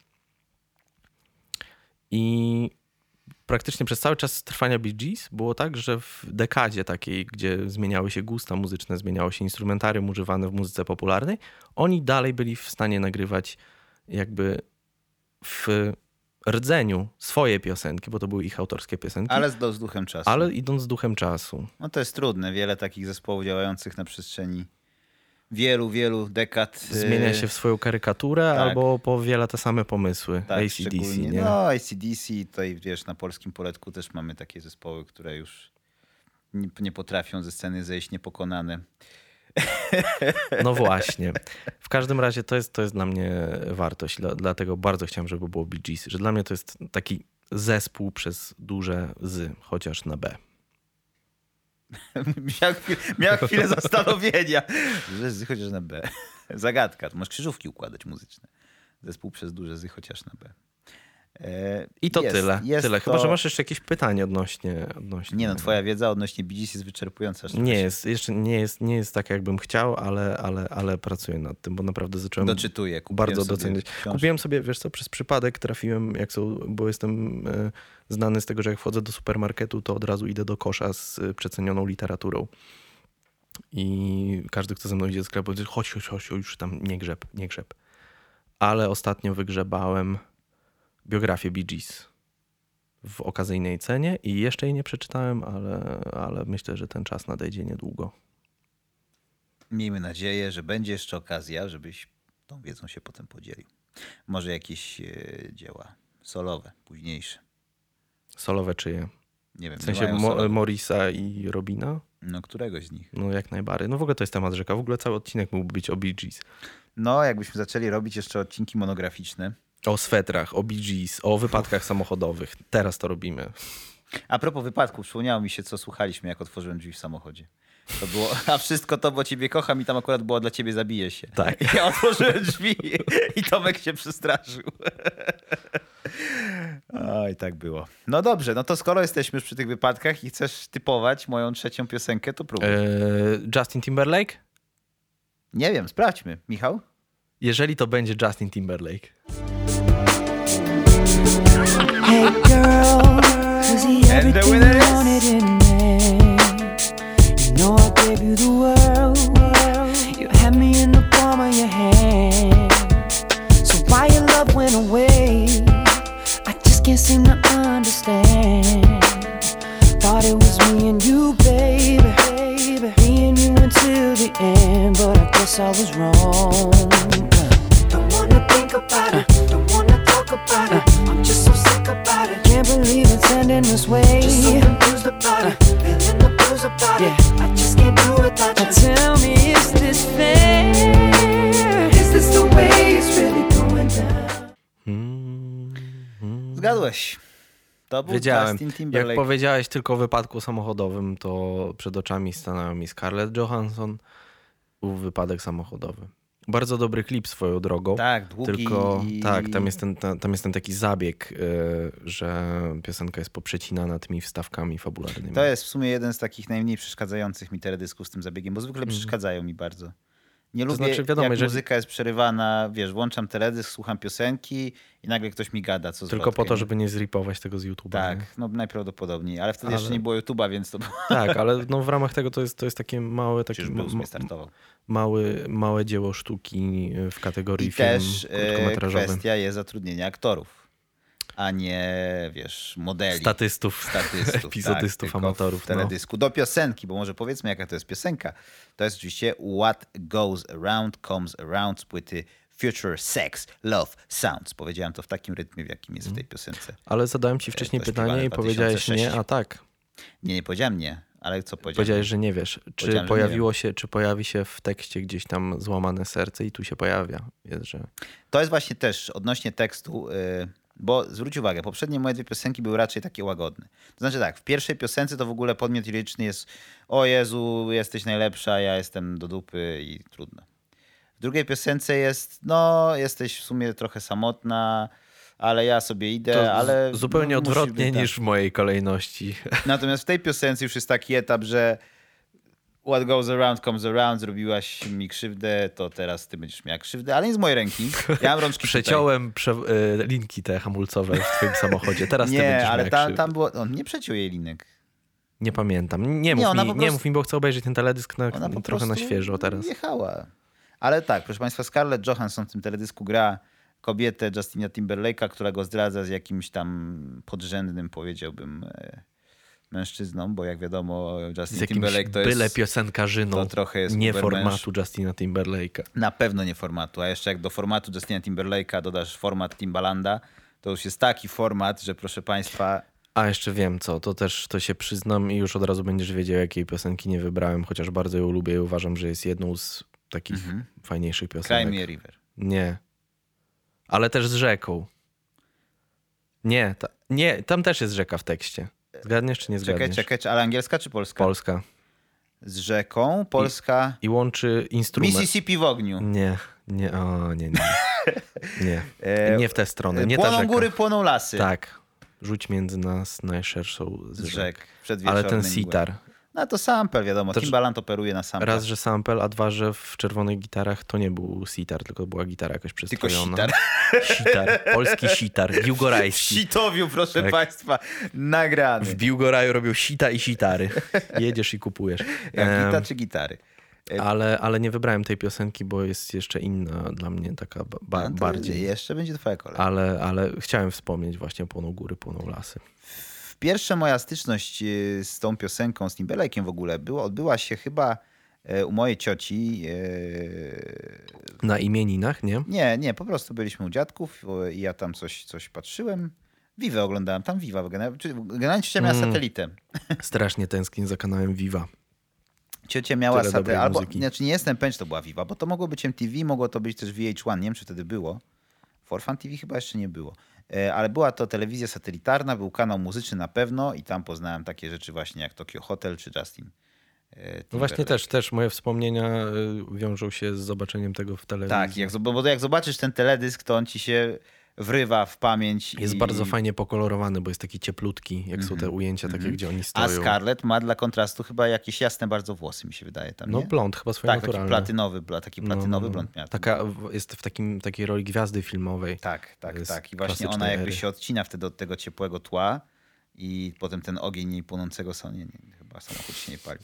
I praktycznie przez cały czas trwania Bee Gees było tak, że w dekadzie takiej, gdzie zmieniały się gusta muzyczne, zmieniało się instrumentarium używane w muzyce popularnej, oni dalej byli w stanie nagrywać jakby w rdzeniu swoje piosenki, bo to były ich autorskie piosenki, Ale z duchem czasu. ale idąc z duchem czasu. No to jest trudne. Wiele takich zespołów działających na przestrzeni wielu dekad. Zmienia się w swoją karykaturę tak. albo powiela te same pomysły. Tak, AC/DC, szczególnie. nie? No, AC/DC, tutaj wiesz, na polskim poletku też mamy takie zespoły, które już nie potrafią ze sceny zejść niepokonane. No właśnie. W każdym razie to jest dla mnie wartość. Dlatego bardzo chciałem, żeby było Bee Gees. Że dla mnie to jest taki zespół przez duże z, chociaż na B. Miał chwilę zastanowienia. Że chociaż na B. Zagadka. To możesz krzyżówki układać muzyczne. Zespół przez duże z, chociaż na B. I to jest, tyle. jest Tyle. to... Chyba, że masz jeszcze jakieś pytanie odnośnie... Nie no, twoja wiedza odnośnie Bee Gees jest wyczerpująca. Nie jest. Jeszcze nie jest tak, jakbym chciał, ale pracuję nad tym, bo naprawdę zacząłem Doczytuję. bardzo doceniać. książki. Kupiłem sobie, wiesz co, przez przypadek trafiłem, bo jestem znany z tego, że jak wchodzę do supermarketu, to od razu idę do kosza z przecenioną literaturą. I każdy, kto ze mną idzie do sklepu, mówi, chodź, już tam nie grzeb. Ale ostatnio wygrzebałem biografię Bee Gees w okazyjnej cenie i jeszcze jej nie przeczytałem, ale myślę, że ten czas nadejdzie niedługo. Miejmy nadzieję, że będzie jeszcze okazja, żebyś tą wiedzą się potem podzielił. Może jakieś dzieła solowe, późniejsze. Solowe czyje? Nie wiem. W sensie bywają solowe. Morrisa i Robina? No, któregoś z nich. No jak najbardziej. No w ogóle to jest temat rzeka. W ogóle cały odcinek mógłby być o Bee Gees. No, jakbyśmy zaczęli robić jeszcze odcinki monograficzne. O swetrach, o Bee Gees, o wypadkach samochodowych. Teraz to robimy. A propos wypadków, przypomniało mi się, co słuchaliśmy, jak otworzyłem drzwi w samochodzie. To było, a wszystko to, bo ciebie kocham i tam akurat było dla ciebie zabiję się. Tak. Ja otworzyłem drzwi i Tomek się przestraszył. Oj, tak było. No dobrze, no to skoro jesteśmy już przy tych wypadkach i chcesz typować moją trzecią piosenkę, to próbuj. Justin Timberlake? Nie wiem, sprawdźmy. Michał? Jeżeli to będzie Justin Timberlake. Hey girl, is he And the everything winner you is- wanted in me? You know I gave you the world. You had me in the palm of your hand. So why your love went away? I just can't seem to understand. Thought it was me and you, baby. Me and you until the end, but I guess I was wrong. Don't wanna think about it, don't wanna talk about it. I'm just so sick about it. Can't believe it's ending this way. Just so confused about it, feeling the blues about it. I just can't do it without you. Tell me, is this fair? Is this the way it's really going down? Zgadłeś. To był Wiedziałem. Justin Jak Timberlake. powiedziałeś tylko o wypadku samochodowym, to przed oczami stanęła mi Scarlett Johansson. Był wypadek samochodowy. Bardzo dobry klip swoją drogą. Tak, długi Tylko i... tak, tam jest ten taki zabieg, że piosenka jest poprzecinana tymi wstawkami fabularnymi. To jest w sumie jeden z takich najmniej przeszkadzających mi teledysków z tym zabiegiem, bo zwykle przeszkadzają mi bardzo. Nie lubię, znaczy, wiadomo, jak jeżeli- muzyka jest przerywana, wiesz, włączam teledysk, słucham piosenki i nagle ktoś mi gada, co Tylko po to, żeby nie zripować tego z YouTube'a. Tak, nie? no najprawdopodobniej, ale wtedy Ale- jeszcze nie było YouTube'a, więc to Tak, ale no w ramach tego to jest takie małe, takie przecież był w sumie startował. małe dzieło sztuki w kategorii I film też krótkometrażowy. kwestia jest zatrudnienia aktorów, a nie, wiesz, modeli. Statystów, epizodystów, tylko amatorów. w teledysku. Do piosenki, bo może powiedzmy, jaka to jest piosenka. To jest oczywiście What Goes Around Comes Around z płyty Future Sex Love Sounds. Powiedziałem to w takim rytmie, w jakim jest w tej piosence. Ale zadałem ci wcześniej to pytanie śpiewane i powiedziałeś 2006. nie, a tak. Nie powiedziałem nie, ale co powiedziałem? Powiedziałeś, że nie wiesz. Powiedziałem, że nie Czy pojawi się w tekście gdzieś tam złamane serce i tu się pojawia. Jest, że... To jest właśnie też odnośnie tekstu, bo zwróć uwagę, poprzednie moje dwie piosenki były raczej takie łagodne. To znaczy tak, w pierwszej piosence to w ogóle podmiot liryczny jest o Jezu, jesteś najlepsza, ja jestem do dupy i trudno. W drugiej piosence jest, no jesteś w sumie trochę samotna, ale ja sobie idę, To ale... zupełnie no, musisz odwrotnie być tak. niż w mojej kolejności. Natomiast w tej piosence już jest taki etap, że what goes around comes around, zrobiłaś mi krzywdę, to teraz ty będziesz miała krzywdę, ale nie z mojej ręki. Ja mam rączki Przeciąłem linki te hamulcowe w twoim samochodzie. Teraz ty Nie, będziesz ale miał tam, krzywdę. tam było... On nie przeciął jej linek. Nie pamiętam. Nie ona po mów prostu- mi, bo chcę obejrzeć ten teledysk Ona po trochę na prostu świeżo teraz. jechała. Ale tak, proszę państwa, Scarlett Johansson w tym teledysku gra kobietę Justina Timberlake'a, która go zdradza z jakimś tam podrzędnym, powiedziałbym, mężczyzną, bo jak wiadomo Z Justin jakimś Timberlake to byle jest... piosenkarzyną. to trochę jest nie ubermensch. formatu Justina Timberlake'a. Na pewno nie formatu, a jeszcze jak do formatu Justina Timberlake'a dodasz format Timbalanda, to już jest taki format, że proszę państwa... A jeszcze wiem co, to się przyznam i już od razu będziesz wiedział, jakiej piosenki nie wybrałem, chociaż bardzo ją lubię i uważam, że jest jedną z takich fajniejszych Cry piosenek. Me a River. Nie. Ale też z rzeką. Nie, tam też jest rzeka w tekście. Zgadniesz czy nie zgadniesz? Czekaj, ale angielska czy polska? Polska. Z rzeką, polska... I łączy instrument. Mississippi w ogniu. Nie. Nie. Nie w tę stronę. Nie ta Płoną rzeka. góry, płoną lasy. Tak. Rzuć między nas najszerszą z rzek. Rzek. Przed Ale ten wieczornym sitar. mgłem. No to sample, wiadomo. To, Timbaland operuje na sample. Raz, że sample, a dwa, że w czerwonych gitarach to nie był sitar, tylko była gitara jakoś Tylko przystrojona. sitar. Sitar. Polski sitar. W Biłgorajski. Sitowiu, proszę Tak. państwa, nagrany. W Biłgoraju robią sita i sitary. Jedziesz i kupujesz. Jak gita czy gitary? Ale nie wybrałem tej piosenki, bo jest jeszcze inna dla mnie, taka No to bardziej. Jeszcze będzie twoja kolej. Ale chciałem wspomnieć właśnie Płoną góry, płoną lasy. Pierwsza moja styczność z tą piosenką, z Timberlake'iem w ogóle odbyła się chyba u mojej cioci. Na imieninach, nie? Nie, po prostu byliśmy u dziadków i ja tam coś patrzyłem. Vivę oglądałem, tam Viva. Generalnie ciocia miała satelitę. Strasznie tęsknię za kanałem Viva. Ciocia miała Tyle dobrej satelitę. Albo, muzyki. znaczy nie jestem pewien, czy to była Viva, bo to mogło być MTV, mogło to być też VH1, nie wiem, czy wtedy było. Forfan TV chyba jeszcze nie było. Ale była to telewizja satelitarna, był kanał muzyczny na pewno i tam poznałem takie rzeczy właśnie jak Tokyo Hotel czy Justin No właśnie Timberlake. też moje wspomnienia wiążą się z zobaczeniem tego w telewizji. Tak, bo jak zobaczysz ten teledysk, to on ci się wrywa w pamięć. Jest bardzo fajnie pokolorowany, bo jest taki cieplutki, jak są te ujęcia takie, gdzie oni A stoją. Scarlett ma dla kontrastu chyba jakieś jasne bardzo włosy, mi się wydaje tam, No nie? blond, chyba swoje Tak, taki naturalne. platynowy blond miał. Jest w takiej roli gwiazdy filmowej. Tak. jest I właśnie klasycznej ona jakby ery. się odcina wtedy od tego ciepłego tła i potem ten ogień jej płonącego chyba samochód się nie palił.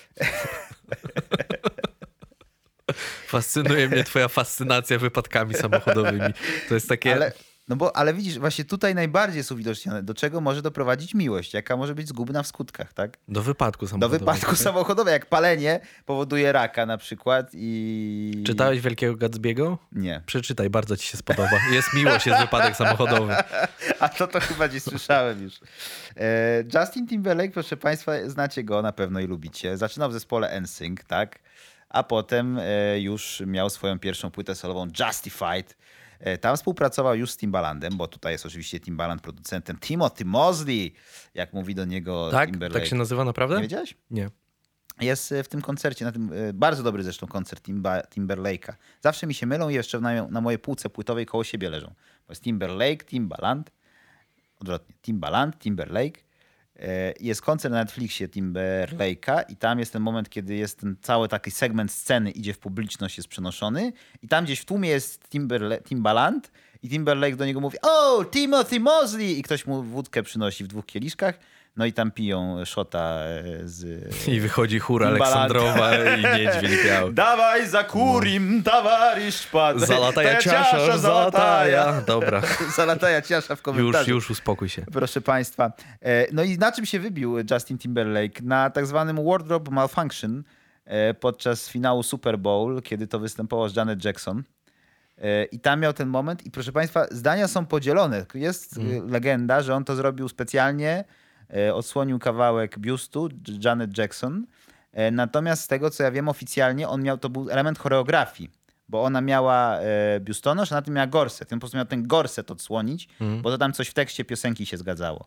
Fascynuje mnie twoja fascynacja wypadkami samochodowymi. To jest takie... Ale widzisz, właśnie tutaj najbardziej jest uwidocznione, do czego może doprowadzić miłość, jaka może być zgubna w skutkach, tak? Do wypadku Do samochodowego. wypadku samochodowego, jak palenie powoduje raka na przykład i... Czytałeś Wielkiego Gatsby'ego? Nie. Przeczytaj, bardzo ci się spodoba. Jest miłość, jest wypadek samochodowy. A to chyba gdzieś słyszałem już. Justin Timberlake, proszę państwa, znacie go na pewno i lubicie. Zaczynał w zespole NSYNC, tak? A potem już miał swoją pierwszą płytę solową Justified. Tam współpracował już z Timbalandem, bo tutaj jest oczywiście Timbaland producentem. Timothy Mosley, jak mówi do niego Tak? Timberlake. Tak się nazywa naprawdę? Nie wiedziałeś? Nie. Jest w tym koncercie, na tym bardzo dobry zresztą koncert Timberlake'a. Zawsze mi się mylą i jeszcze na mojej półce płytowej koło siebie leżą. Bo jest Timberlake, Timbaland, odwrotnie, Timbaland, Timberlake. Jest koncert na Netflixie Timberlake'a i tam jest ten moment, kiedy jest ten cały taki segment sceny, idzie w publiczność, jest przenoszony i tam gdzieś w tłumie jest Timbaland i Timberlake do niego mówi: "O, Timothy Mosley!" i ktoś mu wódkę przynosi w 2 kieliszkach. No i tam piją szota z... I wychodzi chór Timbaland. Aleksandrowa i niedźwiedź biały. Dawaj za kurim, towarzysz pan. Zalataja ciasza, zalataja. Dobra, Zalataja ciasza w komentarzu. już uspokój się. Proszę państwa. No i na czym się wybił Justin Timberlake? Na tak zwanym Wardrobe Malfunction podczas finału Super Bowl, kiedy to występował z Janet Jackson. I tam miał ten moment i proszę państwa, zdania są podzielone. Jest legenda, że on to zrobił specjalnie, odsłonił kawałek biustu Janet Jackson. Natomiast z tego, co ja wiem oficjalnie, to był element choreografii, bo ona miała biustonosz, a na tym miała gorset. On po prostu miał ten gorset odsłonić, bo to tam coś w tekście piosenki się zgadzało.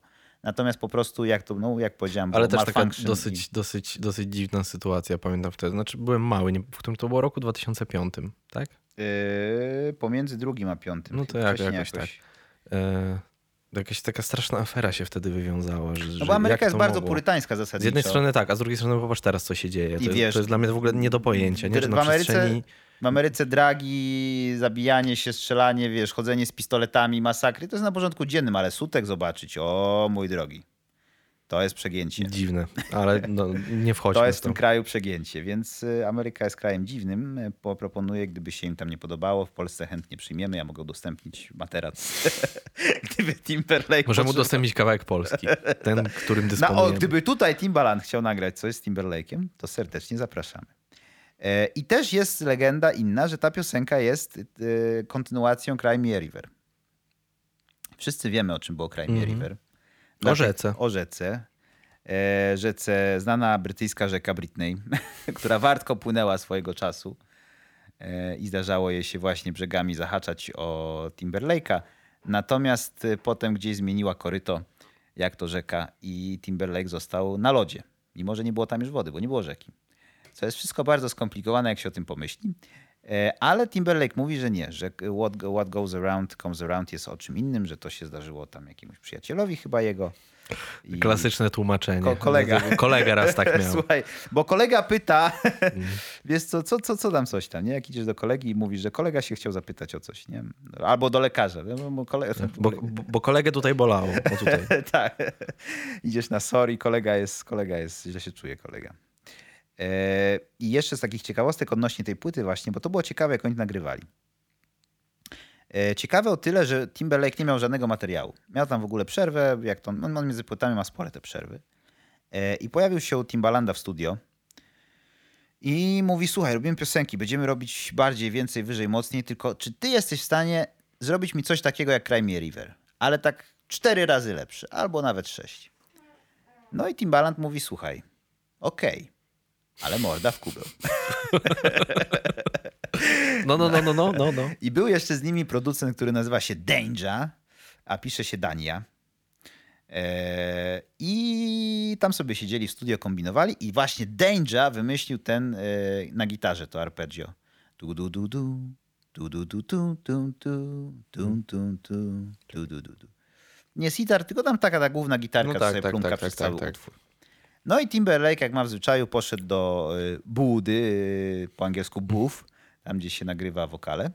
Natomiast po prostu jak powiedziałem, Ale było też taka malfunction dosyć dziwna sytuacja, pamiętam wtedy. Znaczy byłem mały, w którym to było roku 2005, tak? pomiędzy 2 a 5. No to jakoś tak. Jakaś taka straszna afera się wtedy wywiązała. No bo Ameryka jest bardzo mogło? purytańska zasadniczo. Z jednej strony tak, a z drugiej strony popatrz teraz, co się dzieje. I wiesz, to jest dla mnie w ogóle nie do pojęcia. Nie? Że w Ameryce dragi, zabijanie się, strzelanie, wiesz, chodzenie z pistoletami, masakry, to jest na porządku dziennym, ale sutek zobaczyć, o mój drogi, to jest przegięcie. Dziwne, ale nie wchodźmy To jest w w tym kraju przegięcie, więc Ameryka jest krajem dziwnym. Proponuję, gdyby się im tam nie podobało, w Polsce chętnie przyjmiemy, ja mogę udostępnić materac, gdyby Timberlake Możemy udostępnić kawałek Polski, ten, którym dysponujemy. Gdyby tutaj Timbaland chciał nagrać coś z Timberlake'iem, to serdecznie zapraszamy. I też jest legenda inna, że ta piosenka jest kontynuacją Cry Me a River. Wszyscy wiemy, o czym było Cry Me a River. O rzece. O rzece. Rzece, znana brytyjska rzeka Britney, która wartko płynęła swojego czasu i zdarzało jej się właśnie brzegami zahaczać o Timberlake'a. Natomiast potem gdzieś zmieniła koryto, jak to rzeka, i Timberlake został na lodzie. Mimo że nie było tam już wody, bo nie było rzeki. Co jest wszystko bardzo skomplikowane, jak się o tym pomyśli. Ale Timberlake mówi, że nie, że what goes around comes around jest o czym innym, że to się zdarzyło tam jakiemuś przyjacielowi chyba jego. I klasyczne tłumaczenie. Kolega raz tak miał. Słuchaj, bo kolega pyta, wiesz co tam coś tam, nie? Jak idziesz do kolegi i mówisz, że kolega się chciał zapytać o coś, nie? Albo do lekarza. Bo kolegę tutaj bolało. O tutaj. Tak. Idziesz na sorry, kolega jest, źle się czuje kolega. I jeszcze z takich ciekawostek odnośnie tej płyty właśnie, bo to było ciekawe, jak oni nagrywali. Ciekawe o tyle, że Timberlake nie miał żadnego materiału. Miał tam w ogóle przerwę, on między płytami ma spore te przerwy. I pojawił się u Timbalanda w studio i mówi, słuchaj, robimy piosenki, będziemy robić bardziej, więcej, wyżej, mocniej, tylko czy ty jesteś w stanie zrobić mi coś takiego jak Cry Me a River? Ale tak 4 razy lepszy, albo nawet 6. No i Timbaland mówi, słuchaj, okej, ale morda w kubeł. No. I był jeszcze z nimi producent, który nazywa się Danger, a pisze się Dania. I tam sobie siedzieli w studio, kombinowali i właśnie Danger wymyślił ten na gitarze to arpeggio. Du du du du du du du du du du du du du du. Nie sitar, tylko tam taka ta główna gitarka, co sobie plumka przez cały utwór. No i Timberlake, jak ma w zwyczaju, poszedł do budy, po angielsku booth, tam gdzie się nagrywa wokale.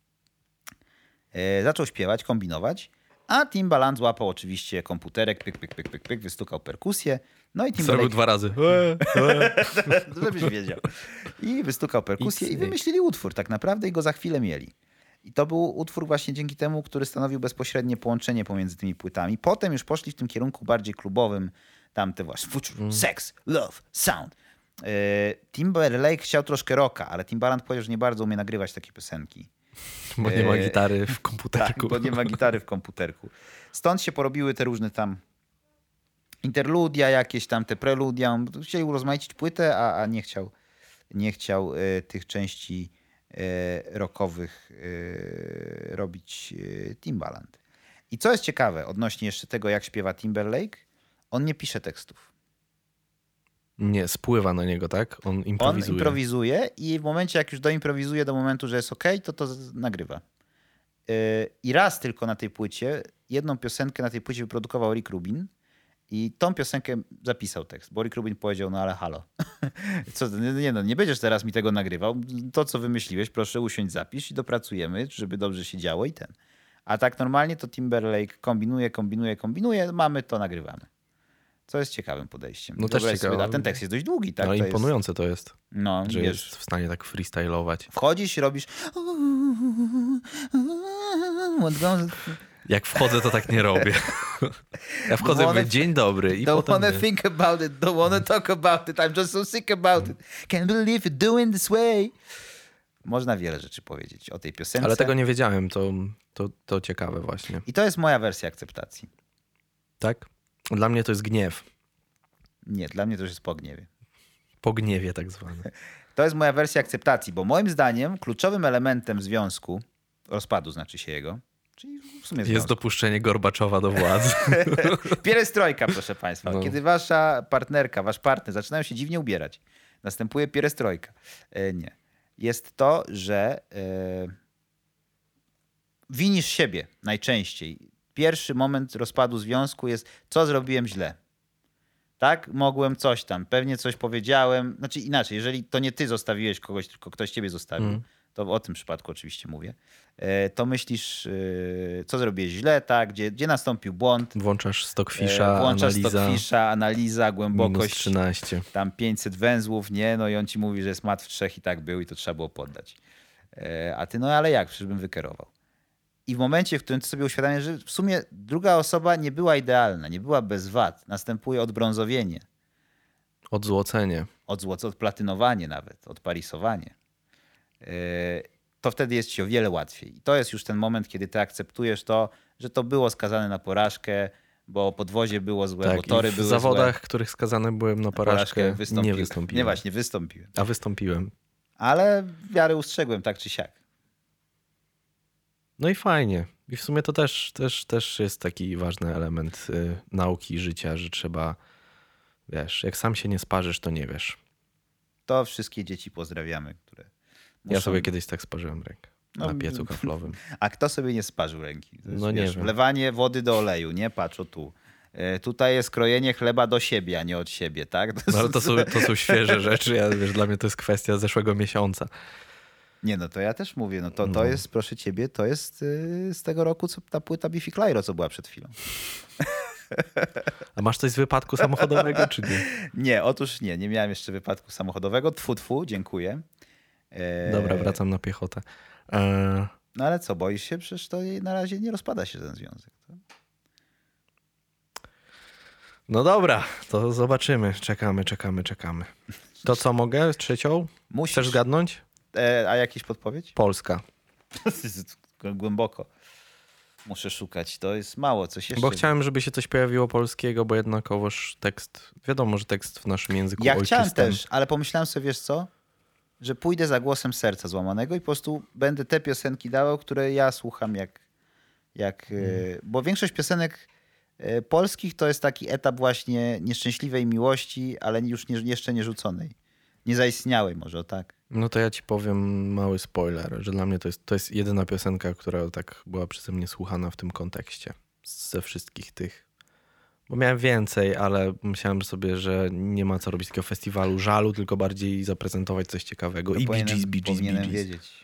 Zaczął śpiewać, kombinować, a Timbaland złapał oczywiście komputerek, pyk, wystukał perkusję. No i Timberlake... Zrobił 2 razy. Żebyś wiedział. I wystukał perkusję i wymyślili utwór tak naprawdę i go za chwilę mieli. I to był utwór właśnie dzięki temu, który stanowił bezpośrednie połączenie pomiędzy tymi płytami. Potem już poszli w tym kierunku bardziej klubowym, tamte właśnie future, sex, love, sound. Timberlake chciał troszkę rocka, ale Timbaland powiedział, że nie bardzo umie nagrywać takie piosenki. Bo nie ma gitary w komputerku. Tak, bo nie ma gitary w komputerku. Stąd się porobiły te różne tam interludia jakieś tam, te preludia. Chcieli urozmaicić płytę, a nie chciał tych części rockowych robić Timbaland. I co jest ciekawe odnośnie jeszcze tego, jak śpiewa Timberlake, on nie pisze tekstów. Nie, spływa na niego, tak? On improwizuje. On improwizuje i w momencie, jak już doimprowizuje do momentu, że jest okej, to nagrywa. I raz tylko na tej płycie, jedną piosenkę na tej płycie wyprodukował Rick Rubin i tą piosenkę zapisał tekst, bo Rick Rubin powiedział, no ale halo, nie będziesz teraz mi tego nagrywał, to co wymyśliłeś, proszę usiądź, zapisz i dopracujemy, żeby dobrze się działo i ten. A tak normalnie to Timberlake kombinuje, mamy to, nagrywamy. Co jest ciekawym podejściem. No też ciekawe. A ten tekst jest dość długi, tak? No imponujące to jest. No, że wiesz, jest w stanie tak freestylować. Wchodzisz i robisz... Jak wchodzę, to tak nie robię. Ja wchodzę i mówię, dzień dobry. I don't wanna think about it, don't wanna talk about it, I'm just so sick about it. Can't believe you're doing this way. Można wiele rzeczy powiedzieć o tej piosence. Ale tego nie wiedziałem, to ciekawe właśnie. I to jest moja wersja akceptacji. Tak? Dla mnie to jest gniew. Nie, dla mnie to już jest po gniewie. Po gniewie tak zwane. To jest moja wersja akceptacji, bo moim zdaniem kluczowym elementem związku, rozpadu znaczy się jego, Czyli w sumie Jest związku. dopuszczenie Gorbaczowa do władzy. Pierestrojka, proszę państwa. No. Kiedy wasza partnerka, wasz partner zaczynają się dziwnie ubierać, następuje pierestrojka. Nie. Jest to, że winisz siebie najczęściej. Pierwszy moment rozpadu związku jest, co zrobiłem źle. Tak? Mogłem coś tam, pewnie coś powiedziałem. Znaczy inaczej, jeżeli to nie ty zostawiłeś kogoś, tylko ktoś ciebie zostawił, to o tym przypadku oczywiście mówię, to myślisz, co zrobiłeś źle, tak? Gdzie nastąpił błąd. Włączasz Stockfisha, Włączasz analiza, Stockfisha, analiza, minus głębokość, 13. tam 500 węzłów, nie? No i on ci mówi, że jest mat w 3 i tak był i to trzeba było poddać. A ty, no ale jak? Przecież bym wykierował. I w momencie, w którym ty sobie uświadamiasz, że w sumie druga osoba nie była idealna, nie była bez wad, następuje odbrązowienie, Odzłocenie. odplatynowanie nawet, odparisowanie, to wtedy jest ci o wiele łatwiej. I to jest już ten moment, kiedy ty akceptujesz to, że to było skazane na porażkę, bo podwozie było złe, bo Tak, tory i w były zawodach, złe. których skazany byłem na porażkę, nie wystąpiłem. Nie, właśnie, wystąpiłem. A wystąpiłem. Ale wiarę ustrzegłem tak czy siak. No i fajnie. I w sumie to też jest taki ważny element nauki i życia, że trzeba, wiesz, jak sam się nie sparzysz, to nie wiesz. To wszystkie dzieci pozdrawiamy, które Ja muszą... sobie kiedyś tak sparzyłem rękę No, na piecu kaflowym. A kto sobie nie sparzył ręki? To jest, No nie wiesz, wiem. wlewanie wody do oleju, nie? Patrz, o tu. Tutaj jest krojenie chleba do siebie, a nie od siebie, tak? No ale to są świeże rzeczy. Ja, wiesz, dla mnie to jest kwestia zeszłego miesiąca. Nie, no to ja też mówię, no to jest, proszę ciebie, to jest z tego roku, co ta płyta Biffy Clyro, co była przed chwilą. A masz coś z wypadku samochodowego, czy nie? Nie, otóż nie miałem jeszcze wypadku samochodowego. Tfu, dziękuję. Dobra, wracam na piechotę. No ale co, boisz się? Przecież to na razie nie rozpada się ten związek. No dobra, to zobaczymy. Czekamy. To co, mogę? Trzecią? Musisz. Chcesz zgadnąć? A jakiś podpowiedź? Polska. Głęboko. Muszę szukać. To jest mało. Coś jeszcze. Bo chciałem, żeby się coś pojawiło polskiego, bo jednakowoż tekst, wiadomo, że tekst w naszym języku Ja ojczystym. chciałem też, ale pomyślałem sobie, wiesz co? Że pójdę za głosem serca złamanego i po prostu będę te piosenki dawał, które ja słucham bo większość piosenek polskich to jest taki etap właśnie nieszczęśliwej miłości, ale już jeszcze nie rzuconej. Nie zaistniałej może, o tak. No to ja ci powiem mały spoiler, że dla mnie to jest jedyna piosenka, która tak była przeze mnie słuchana w tym kontekście. Ze wszystkich tych. Bo miałem więcej, ale myślałem sobie, że nie ma co robić takiego festiwalu żalu, tylko bardziej zaprezentować coś ciekawego. I Bee Gees. Powinienem wiedzieć.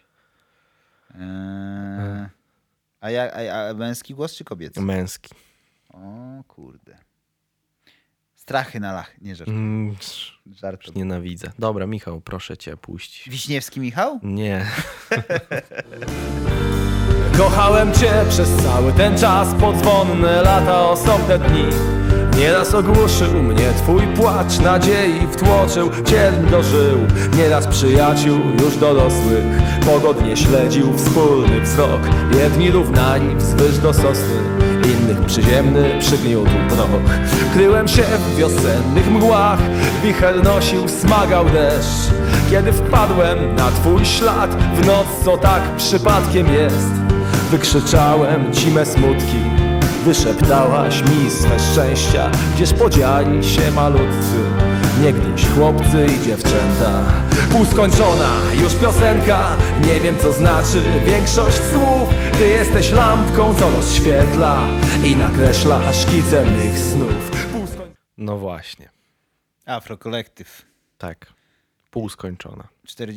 A męski głos czy kobiecy? Męski. O kurde. Strachy na lach. Nie żart. Żart. Już nienawidzę. Dobra, Michał, proszę cię, puść. Wiśniewski Michał? Nie. Kochałem cię przez cały ten czas, podzwonne lata, osobne dni. Nieraz ogłuszył mnie twój płacz, nadziei wtłoczył, cierń dożył. Nieraz przyjaciół już dorosłych pogodnie śledził wspólny wzrok. Jedni równani wzwyż do sosny, innych przyziemny przygniótł proch. Kryłem się w wiosennych mgłach, wicher nosił, smagał deszcz. Kiedy wpadłem na twój ślad w noc, co tak przypadkiem jest, wykrzyczałem ci me smutki, wyszeptałaś mi swe szczęścia. Gdzież podzieli się malutcy, niegdyś chłopcy i dziewczęta. Półskończona już piosenka, nie wiem co znaczy większość słów. Ty jesteś lampką, co rozświetla i nakreśla szkice mych snów. No właśnie. Afro Collective. Tak. Półskończona.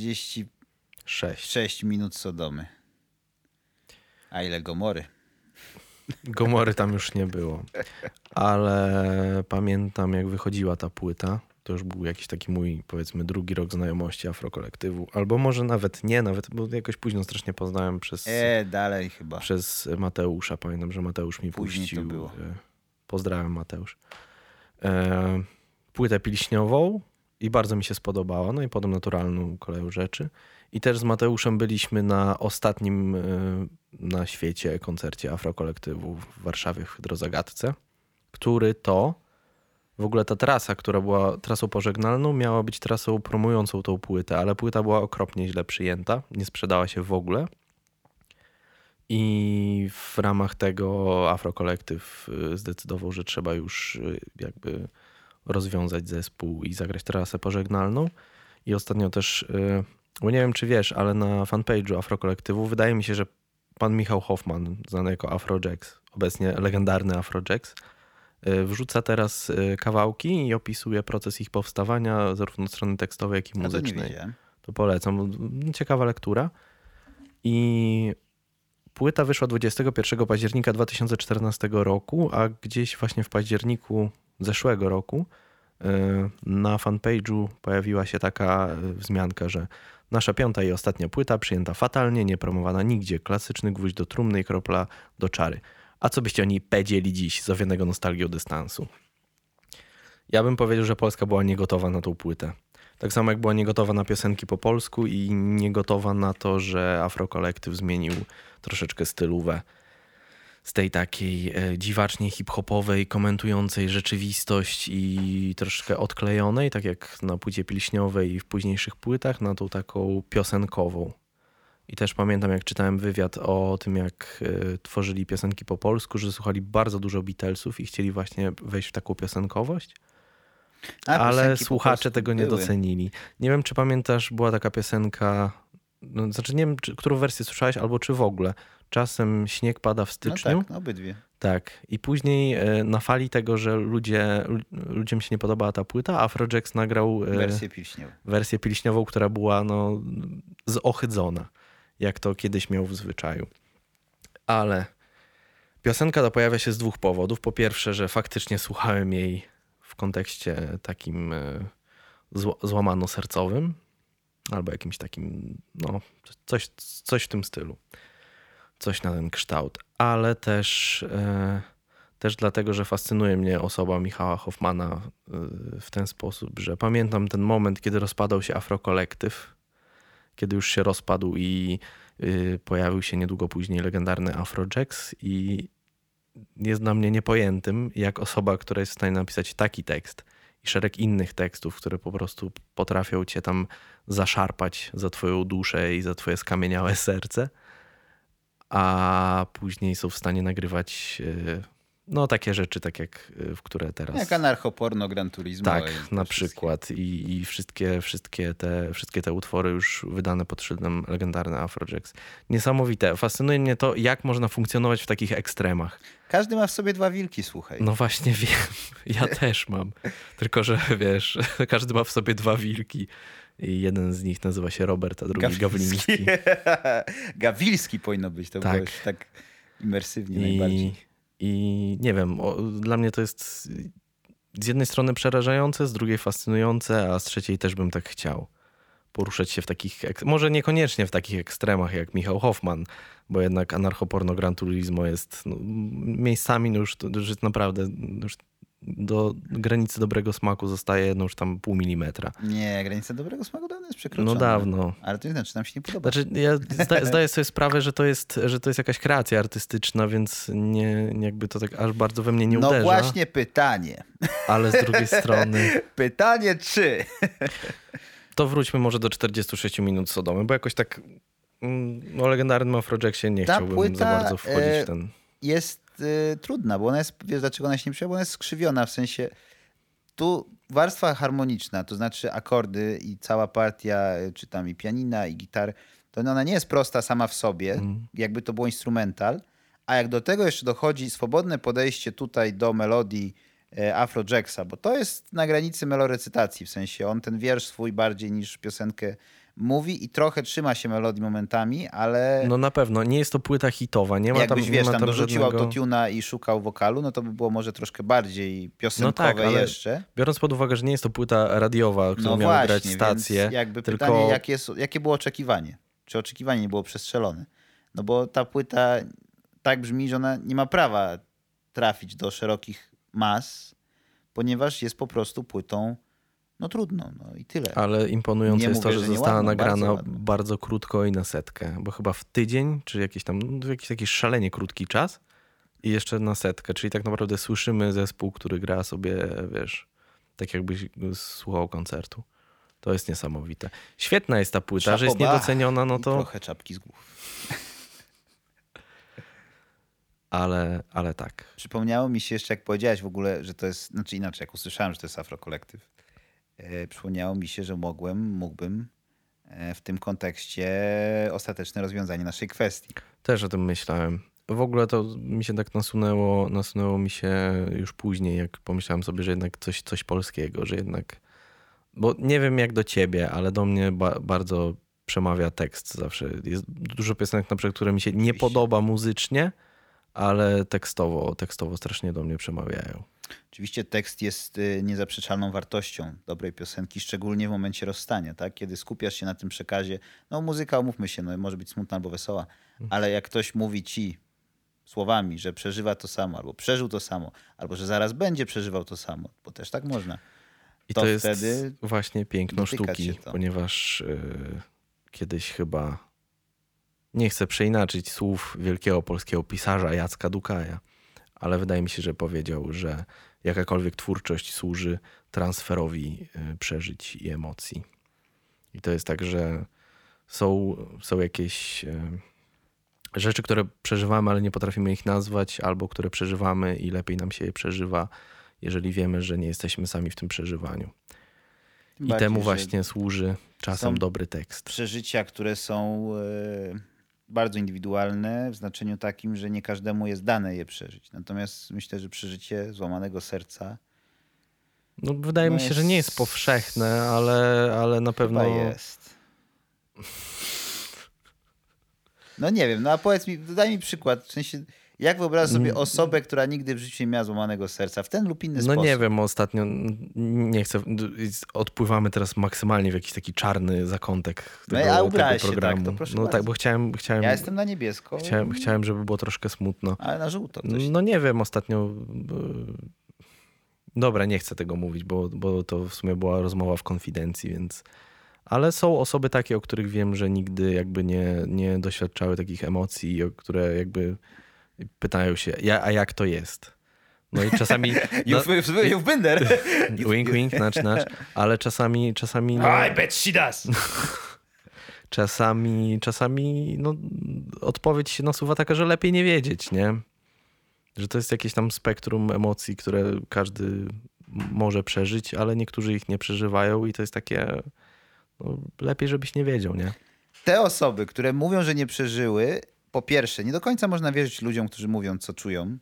46 6. minut Sodomy. A ile Gomory? Gomory tam już nie było. Ale pamiętam, jak wychodziła ta płyta. To już był jakiś taki mój, powiedzmy, drugi rok znajomości Afrokolektywu. Albo może nawet nie, bo jakoś późno strasznie poznałem dalej chyba. przez Mateusza. Pamiętam, że Mateusz mi Później puścił. to było. Pozdrawiam, Mateusz. Płytę pilśniową i bardzo mi się spodobała. No i potem naturalną koleją rzeczy. I też z Mateuszem byliśmy na ostatnim na świecie koncercie Afrokolektywu w Warszawie w Hydrozagadce, który to w ogóle ta trasa, która była trasą pożegnalną, miała być trasą promującą tą płytę, ale płyta była okropnie źle przyjęta, nie sprzedała się w ogóle. I w ramach tego Afro Collective zdecydował, że trzeba już jakby rozwiązać zespół i zagrać trasę pożegnalną. I ostatnio też, bo nie wiem czy wiesz, ale na fanpage'u Afro Collective wydaje mi się, że pan Michał Hoffman, znany jako Afrojax, obecnie legendarny Afrojax, wrzuca teraz kawałki i opisuje proces ich powstawania, zarówno od strony tekstowej, jak i A to nie muzycznej. wiedziałem. To polecam. Ciekawa lektura. I płyta wyszła 21 października 2014 roku, a gdzieś właśnie w październiku zeszłego roku na fanpage'u pojawiła się taka wzmianka, że nasza 5. i ostatnia płyta przyjęta fatalnie, nie promowana nigdzie. Klasyczny gwóźdź do trumny i kropla do czary. A co byście o niej powiedzieli dziś z owionego nostalgią dystansu? Ja bym powiedział, że Polska była niegotowa na tą płytę. Tak samo jak była niegotowa na piosenki po polsku i niegotowa na to, że Afro Collective zmienił troszeczkę stylówę z tej takiej dziwacznie hip-hopowej, komentującej rzeczywistość i troszeczkę odklejonej, tak jak na płycie pilśniowej i w późniejszych płytach, na tą taką piosenkową. I też pamiętam, jak czytałem wywiad o tym, jak tworzyli piosenki po polsku, że słuchali bardzo dużo Beatlesów i chcieli właśnie wejść w taką piosenkowość. Ale piosenki po słuchacze polsku tego nie były. docenili. Nie wiem, czy pamiętasz, była taka piosenka, no, znaczy nie wiem, którą wersję słyszałeś, albo czy w ogóle. Czasem śnieg pada w No styczniu. tak, obydwie. Tak. I później na fali tego, że ludziom się nie podobała ta płyta, Afrojax nagrał Wersję pilśniową. wersję pilśniową, która była no, zohydzona, jak to kiedyś miał w zwyczaju. Ale piosenka ta pojawia się z dwóch powodów. Po pierwsze, że faktycznie słuchałem jej w kontekście takim złamano-sercowym albo jakimś takim, no coś w tym stylu. Coś na ten kształt. Ale też dlatego, że fascynuje mnie osoba Michała Hoffmana w ten sposób, że pamiętam ten moment, kiedy rozpadał się Afro Collective, kiedy już się rozpadł i pojawił się niedługo później legendarny Afrojax i jest dla mnie niepojętym, jak osoba, która jest w stanie napisać taki tekst i szereg innych tekstów, które po prostu potrafią cię tam zaszarpać za twoją duszę i za twoje skamieniałe serce, a później są w stanie nagrywać no takie rzeczy, tak jak w które teraz... Jak anarchoporno, Gran Turismo. Tak, i na te przykład. I wszystkie te utwory już wydane pod szyldem legendarny Afrojax. Niesamowite. Fascynuje mnie to, jak można funkcjonować w takich ekstremach. Każdy ma w sobie dwa wilki, słuchaj. No właśnie wiem. Ja też mam. Tylko, że wiesz, każdy ma w sobie dwa wilki. I jeden z nich nazywa się Robert, a drugi Gawliński. Gawilski powinno być. To Tak. było już tak imersywnie najbardziej. I nie wiem, dla mnie to jest z jednej strony przerażające, z drugiej fascynujące, a z trzeciej też bym tak chciał poruszać się w takich, może niekoniecznie w takich ekstremach jak Michał Hoffman, bo jednak anarchoporno Gran Turismo jest miejscami już jest naprawdę już do granicy dobrego smaku zostaje już tam pół milimetra. Nie, granica dobrego smaku dawno jest przekroczona. No dawno. Ale to nie znaczy, nam się nie podoba. Znaczy, ja zdaję sobie sprawę, że to jest jakaś kreacja artystyczna, więc nie jakby to tak aż bardzo we mnie nie No uderza. właśnie pytanie. Ale z drugiej strony... Pytanie czy? To wróćmy może do 46 minut Sodomy, bo jakoś tak o legendarnym Afrojaxie nie Ta chciałbym płyta, za bardzo wchodzić w ten... Jest trudna, bo ona jest, wiesz dlaczego ona się nie przyjęła? Bo ona jest skrzywiona, w sensie tu warstwa harmoniczna, to znaczy akordy i cała partia, czy tam i pianina i gitar, to ona nie jest prosta sama w sobie, jakby to było instrumental, a jak do tego jeszcze dochodzi swobodne podejście tutaj do melodii Afrojaxa, bo to jest na granicy melorecytacji, w sensie on ten wiersz swój bardziej niż piosenkę mówi i trochę trzyma się melodii momentami, ale... No na pewno, nie jest to płyta hitowa, nie ma Jakbyś, tam, wiesz, nie ma tam tam dorzucił żadnego... autotuna i szukał wokalu, no to by było może troszkę bardziej piosenkowe No tak, ale jeszcze. Biorąc pod uwagę, że nie jest to płyta radiowa, którą No miały właśnie, grać stacje, więc jakby tylko... pytanie, jakie było oczekiwanie? Czy oczekiwanie nie było przestrzelone? No bo ta płyta tak brzmi, że ona nie ma prawa trafić do szerokich mas, ponieważ jest po prostu płytą no trudną, no i tyle. Ale imponujące Nie jest to, mówię, że że nie została ładną, nagrana bardzo ładną. krótko i na setkę, bo chyba w tydzień, czy jakiś taki szalenie krótki czas i jeszcze na setkę, czyli tak naprawdę słyszymy zespół, który gra sobie, wiesz, tak jakbyś słuchał koncertu. To jest niesamowite. Świetna jest ta płyta, że jest Szapoba niedoceniona, no i to... trochę czapki z głów. ale tak. Przypomniało mi się jeszcze, jak powiedziałeś w ogóle, że to jest, znaczy inaczej, jak usłyszałem, że to jest afrokolektyw, przypomniało mi się, że mógłbym w tym kontekście ostateczne rozwiązanie naszej kwestii. Też o tym myślałem. W ogóle to mi się tak nasunęło mi się już później, jak pomyślałem sobie, że jednak coś polskiego, że jednak, bo nie wiem jak do ciebie, ale do mnie bardzo przemawia tekst zawsze. Jest dużo piosenek, na przykład, które mi się nie podoba muzycznie, ale tekstowo strasznie do mnie przemawiają. Oczywiście tekst jest niezaprzeczalną wartością dobrej piosenki, szczególnie w momencie rozstania, tak? Kiedy skupiasz się na tym przekazie. No muzyka, umówmy się, no, może być smutna albo wesoła, ale jak ktoś mówi ci słowami, że przeżywa to samo, albo przeżył to samo, albo że zaraz będzie przeżywał to samo, bo też tak można. I to jest wtedy właśnie piękno dotykać sztuki, się to. ponieważ kiedyś chyba, nie chcę przeinaczyć słów wielkiego polskiego pisarza Jacka Dukaja, ale wydaje mi się, że powiedział, że jakakolwiek twórczość służy transferowi przeżyć i emocji. I to jest tak, że są jakieś rzeczy, które przeżywamy, ale nie potrafimy ich nazwać, albo które przeżywamy i lepiej nam się je przeżywa, jeżeli wiemy, że nie jesteśmy sami w tym przeżywaniu. Tym I bardziej, temu że właśnie służy czasem są dobry tekst. przeżycia, które są bardzo indywidualne w znaczeniu takim, że nie każdemu jest dane je przeżyć. Natomiast myślę, że przeżycie złamanego serca No, wydaje mi się, że nie jest powszechne, ale na pewno chyba jest. No nie wiem, no a powiedz mi, daj mi przykład. W sensie, jak wyobrażasz sobie osobę, która nigdy w życiu nie miała złamanego serca w ten lub inny No sposób? nie wiem, ostatnio nie chcę, odpływamy teraz maksymalnie w jakiś taki czarny zakątek No tego, a ubrałeś tego się programu. tak, to proszę no tak, bardzo. bo chciałem, Ja jestem na niebiesko, chciałem, żeby było troszkę smutno. ale na żółto. Ktoś. No nie wiem, ostatnio... Dobra, nie chcę tego mówić, bo to w sumie była rozmowa w konfidencji, więc... Ale są osoby takie, o których wiem, że nigdy jakby nie doświadczały takich emocji, które jakby pytają się, a jak to jest? No i czasami... You've been there. Wink, wink, nudge, nudge. Ale czasami no, I bet she does. czasami no, odpowiedź się nasuwa taka, że lepiej nie wiedzieć, nie? Że to jest jakieś tam spektrum emocji, które każdy może przeżyć, ale niektórzy ich nie przeżywają i to jest takie... No, lepiej, żebyś nie wiedział, nie? Te osoby, które mówią, że nie przeżyły, po pierwsze, nie do końca można wierzyć ludziom, którzy mówią, co czują.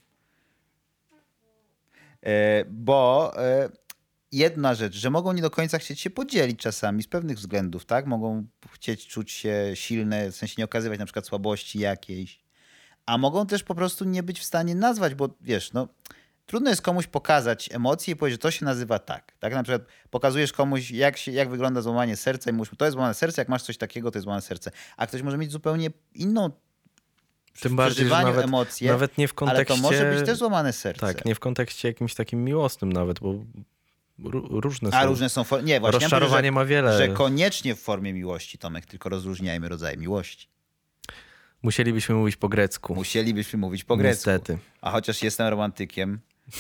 Bo jedna rzecz, że mogą nie do końca chcieć się podzielić czasami z pewnych względów, tak? Mogą chcieć czuć się silne, w sensie nie okazywać na przykład słabości jakiejś, a mogą też po prostu nie być w stanie nazwać, bo wiesz, no trudno jest komuś pokazać emocje i powiedzieć, że to się nazywa tak. Tak na przykład pokazujesz komuś, jak wygląda złamanie serca i mówisz, to jest złamane serce, jak masz coś takiego, to jest złamane serce. A ktoś może mieć zupełnie inną Tym bardziej, że emocje, nawet nie w kontekście... ale to może być też złamane serce. Tak, nie w kontekście jakimś takim miłosnym nawet, bo różne są. A różne są nie, właśnie rozczarowanie ma wiele. Że koniecznie w formie miłości, Tomek, tylko rozróżniajmy rodzaje miłości. Musielibyśmy mówić po grecku. Musielibyśmy mówić po grecku. Niestety. A chociaż jestem romantykiem.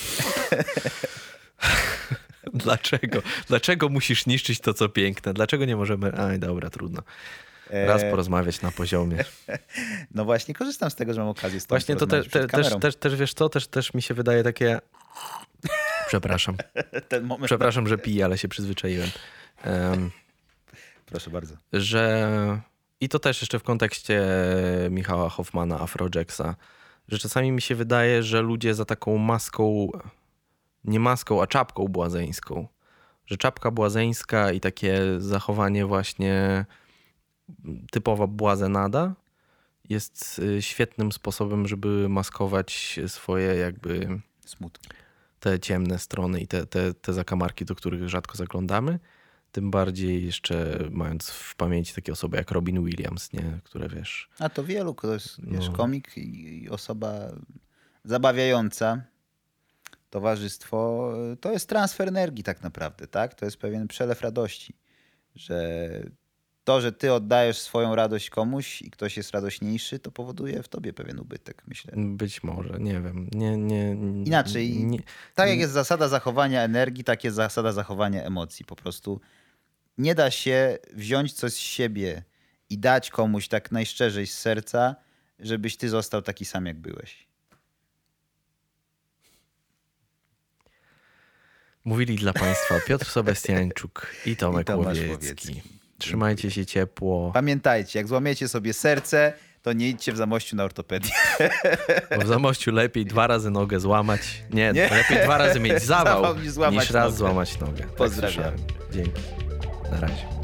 Dlaczego? Dlaczego musisz niszczyć to, co piękne? Dlaczego nie możemy... Aj, dobra, trudno. Raz porozmawiać na poziomie. No właśnie, korzystam z tego, że mam okazję z tobą Właśnie to też wiesz co? Też mi się wydaje takie... Przepraszam. Ten moment. Przepraszam, że piję, ale się przyzwyczaiłem. Proszę bardzo. Że... I to też jeszcze w kontekście Michała Hoffmana, Afrojacksa, że czasami mi się wydaje, że ludzie za taką maską, nie maską, a czapką błazeńską, że czapka błazeńska i takie zachowanie właśnie typowa błazenada jest świetnym sposobem, żeby maskować swoje jakby smutki. Te ciemne strony i te zakamarki, do których rzadko zaglądamy. Tym bardziej jeszcze mając w pamięci takie osoby jak Robin Williams, nie? Które wiesz... A to wielu, to jest komik i osoba zabawiająca. Towarzystwo to jest transfer energii tak naprawdę, tak? To jest pewien przelew radości, że to, że ty oddajesz swoją radość komuś i ktoś jest radośniejszy, to powoduje w tobie pewien ubytek, myślę. Być może, nie wiem. Inaczej, tak jak jest zasada zachowania energii, tak jest zasada zachowania emocji. Po prostu nie da się wziąć coś z siebie i dać komuś tak najszczerzej z serca, żebyś ty został taki sam, jak byłeś. Mówili dla Państwa Piotr Sebastiańczuk i Tomek Tomasz Łowiecki. Łowiecki. Trzymajcie się ciepło, Pamiętajcie, jak złamiecie sobie serce, to nie idźcie w Zamościu na ortopedię. bo w Zamościu lepiej 2 razy nogę złamać. Nie, Nie. lepiej 2 razy mieć zawał Zawał niż złamać niż raz nogę. złamać nogę. Tak Pozdrawiam. słyszałem. Dzięki. Na razie.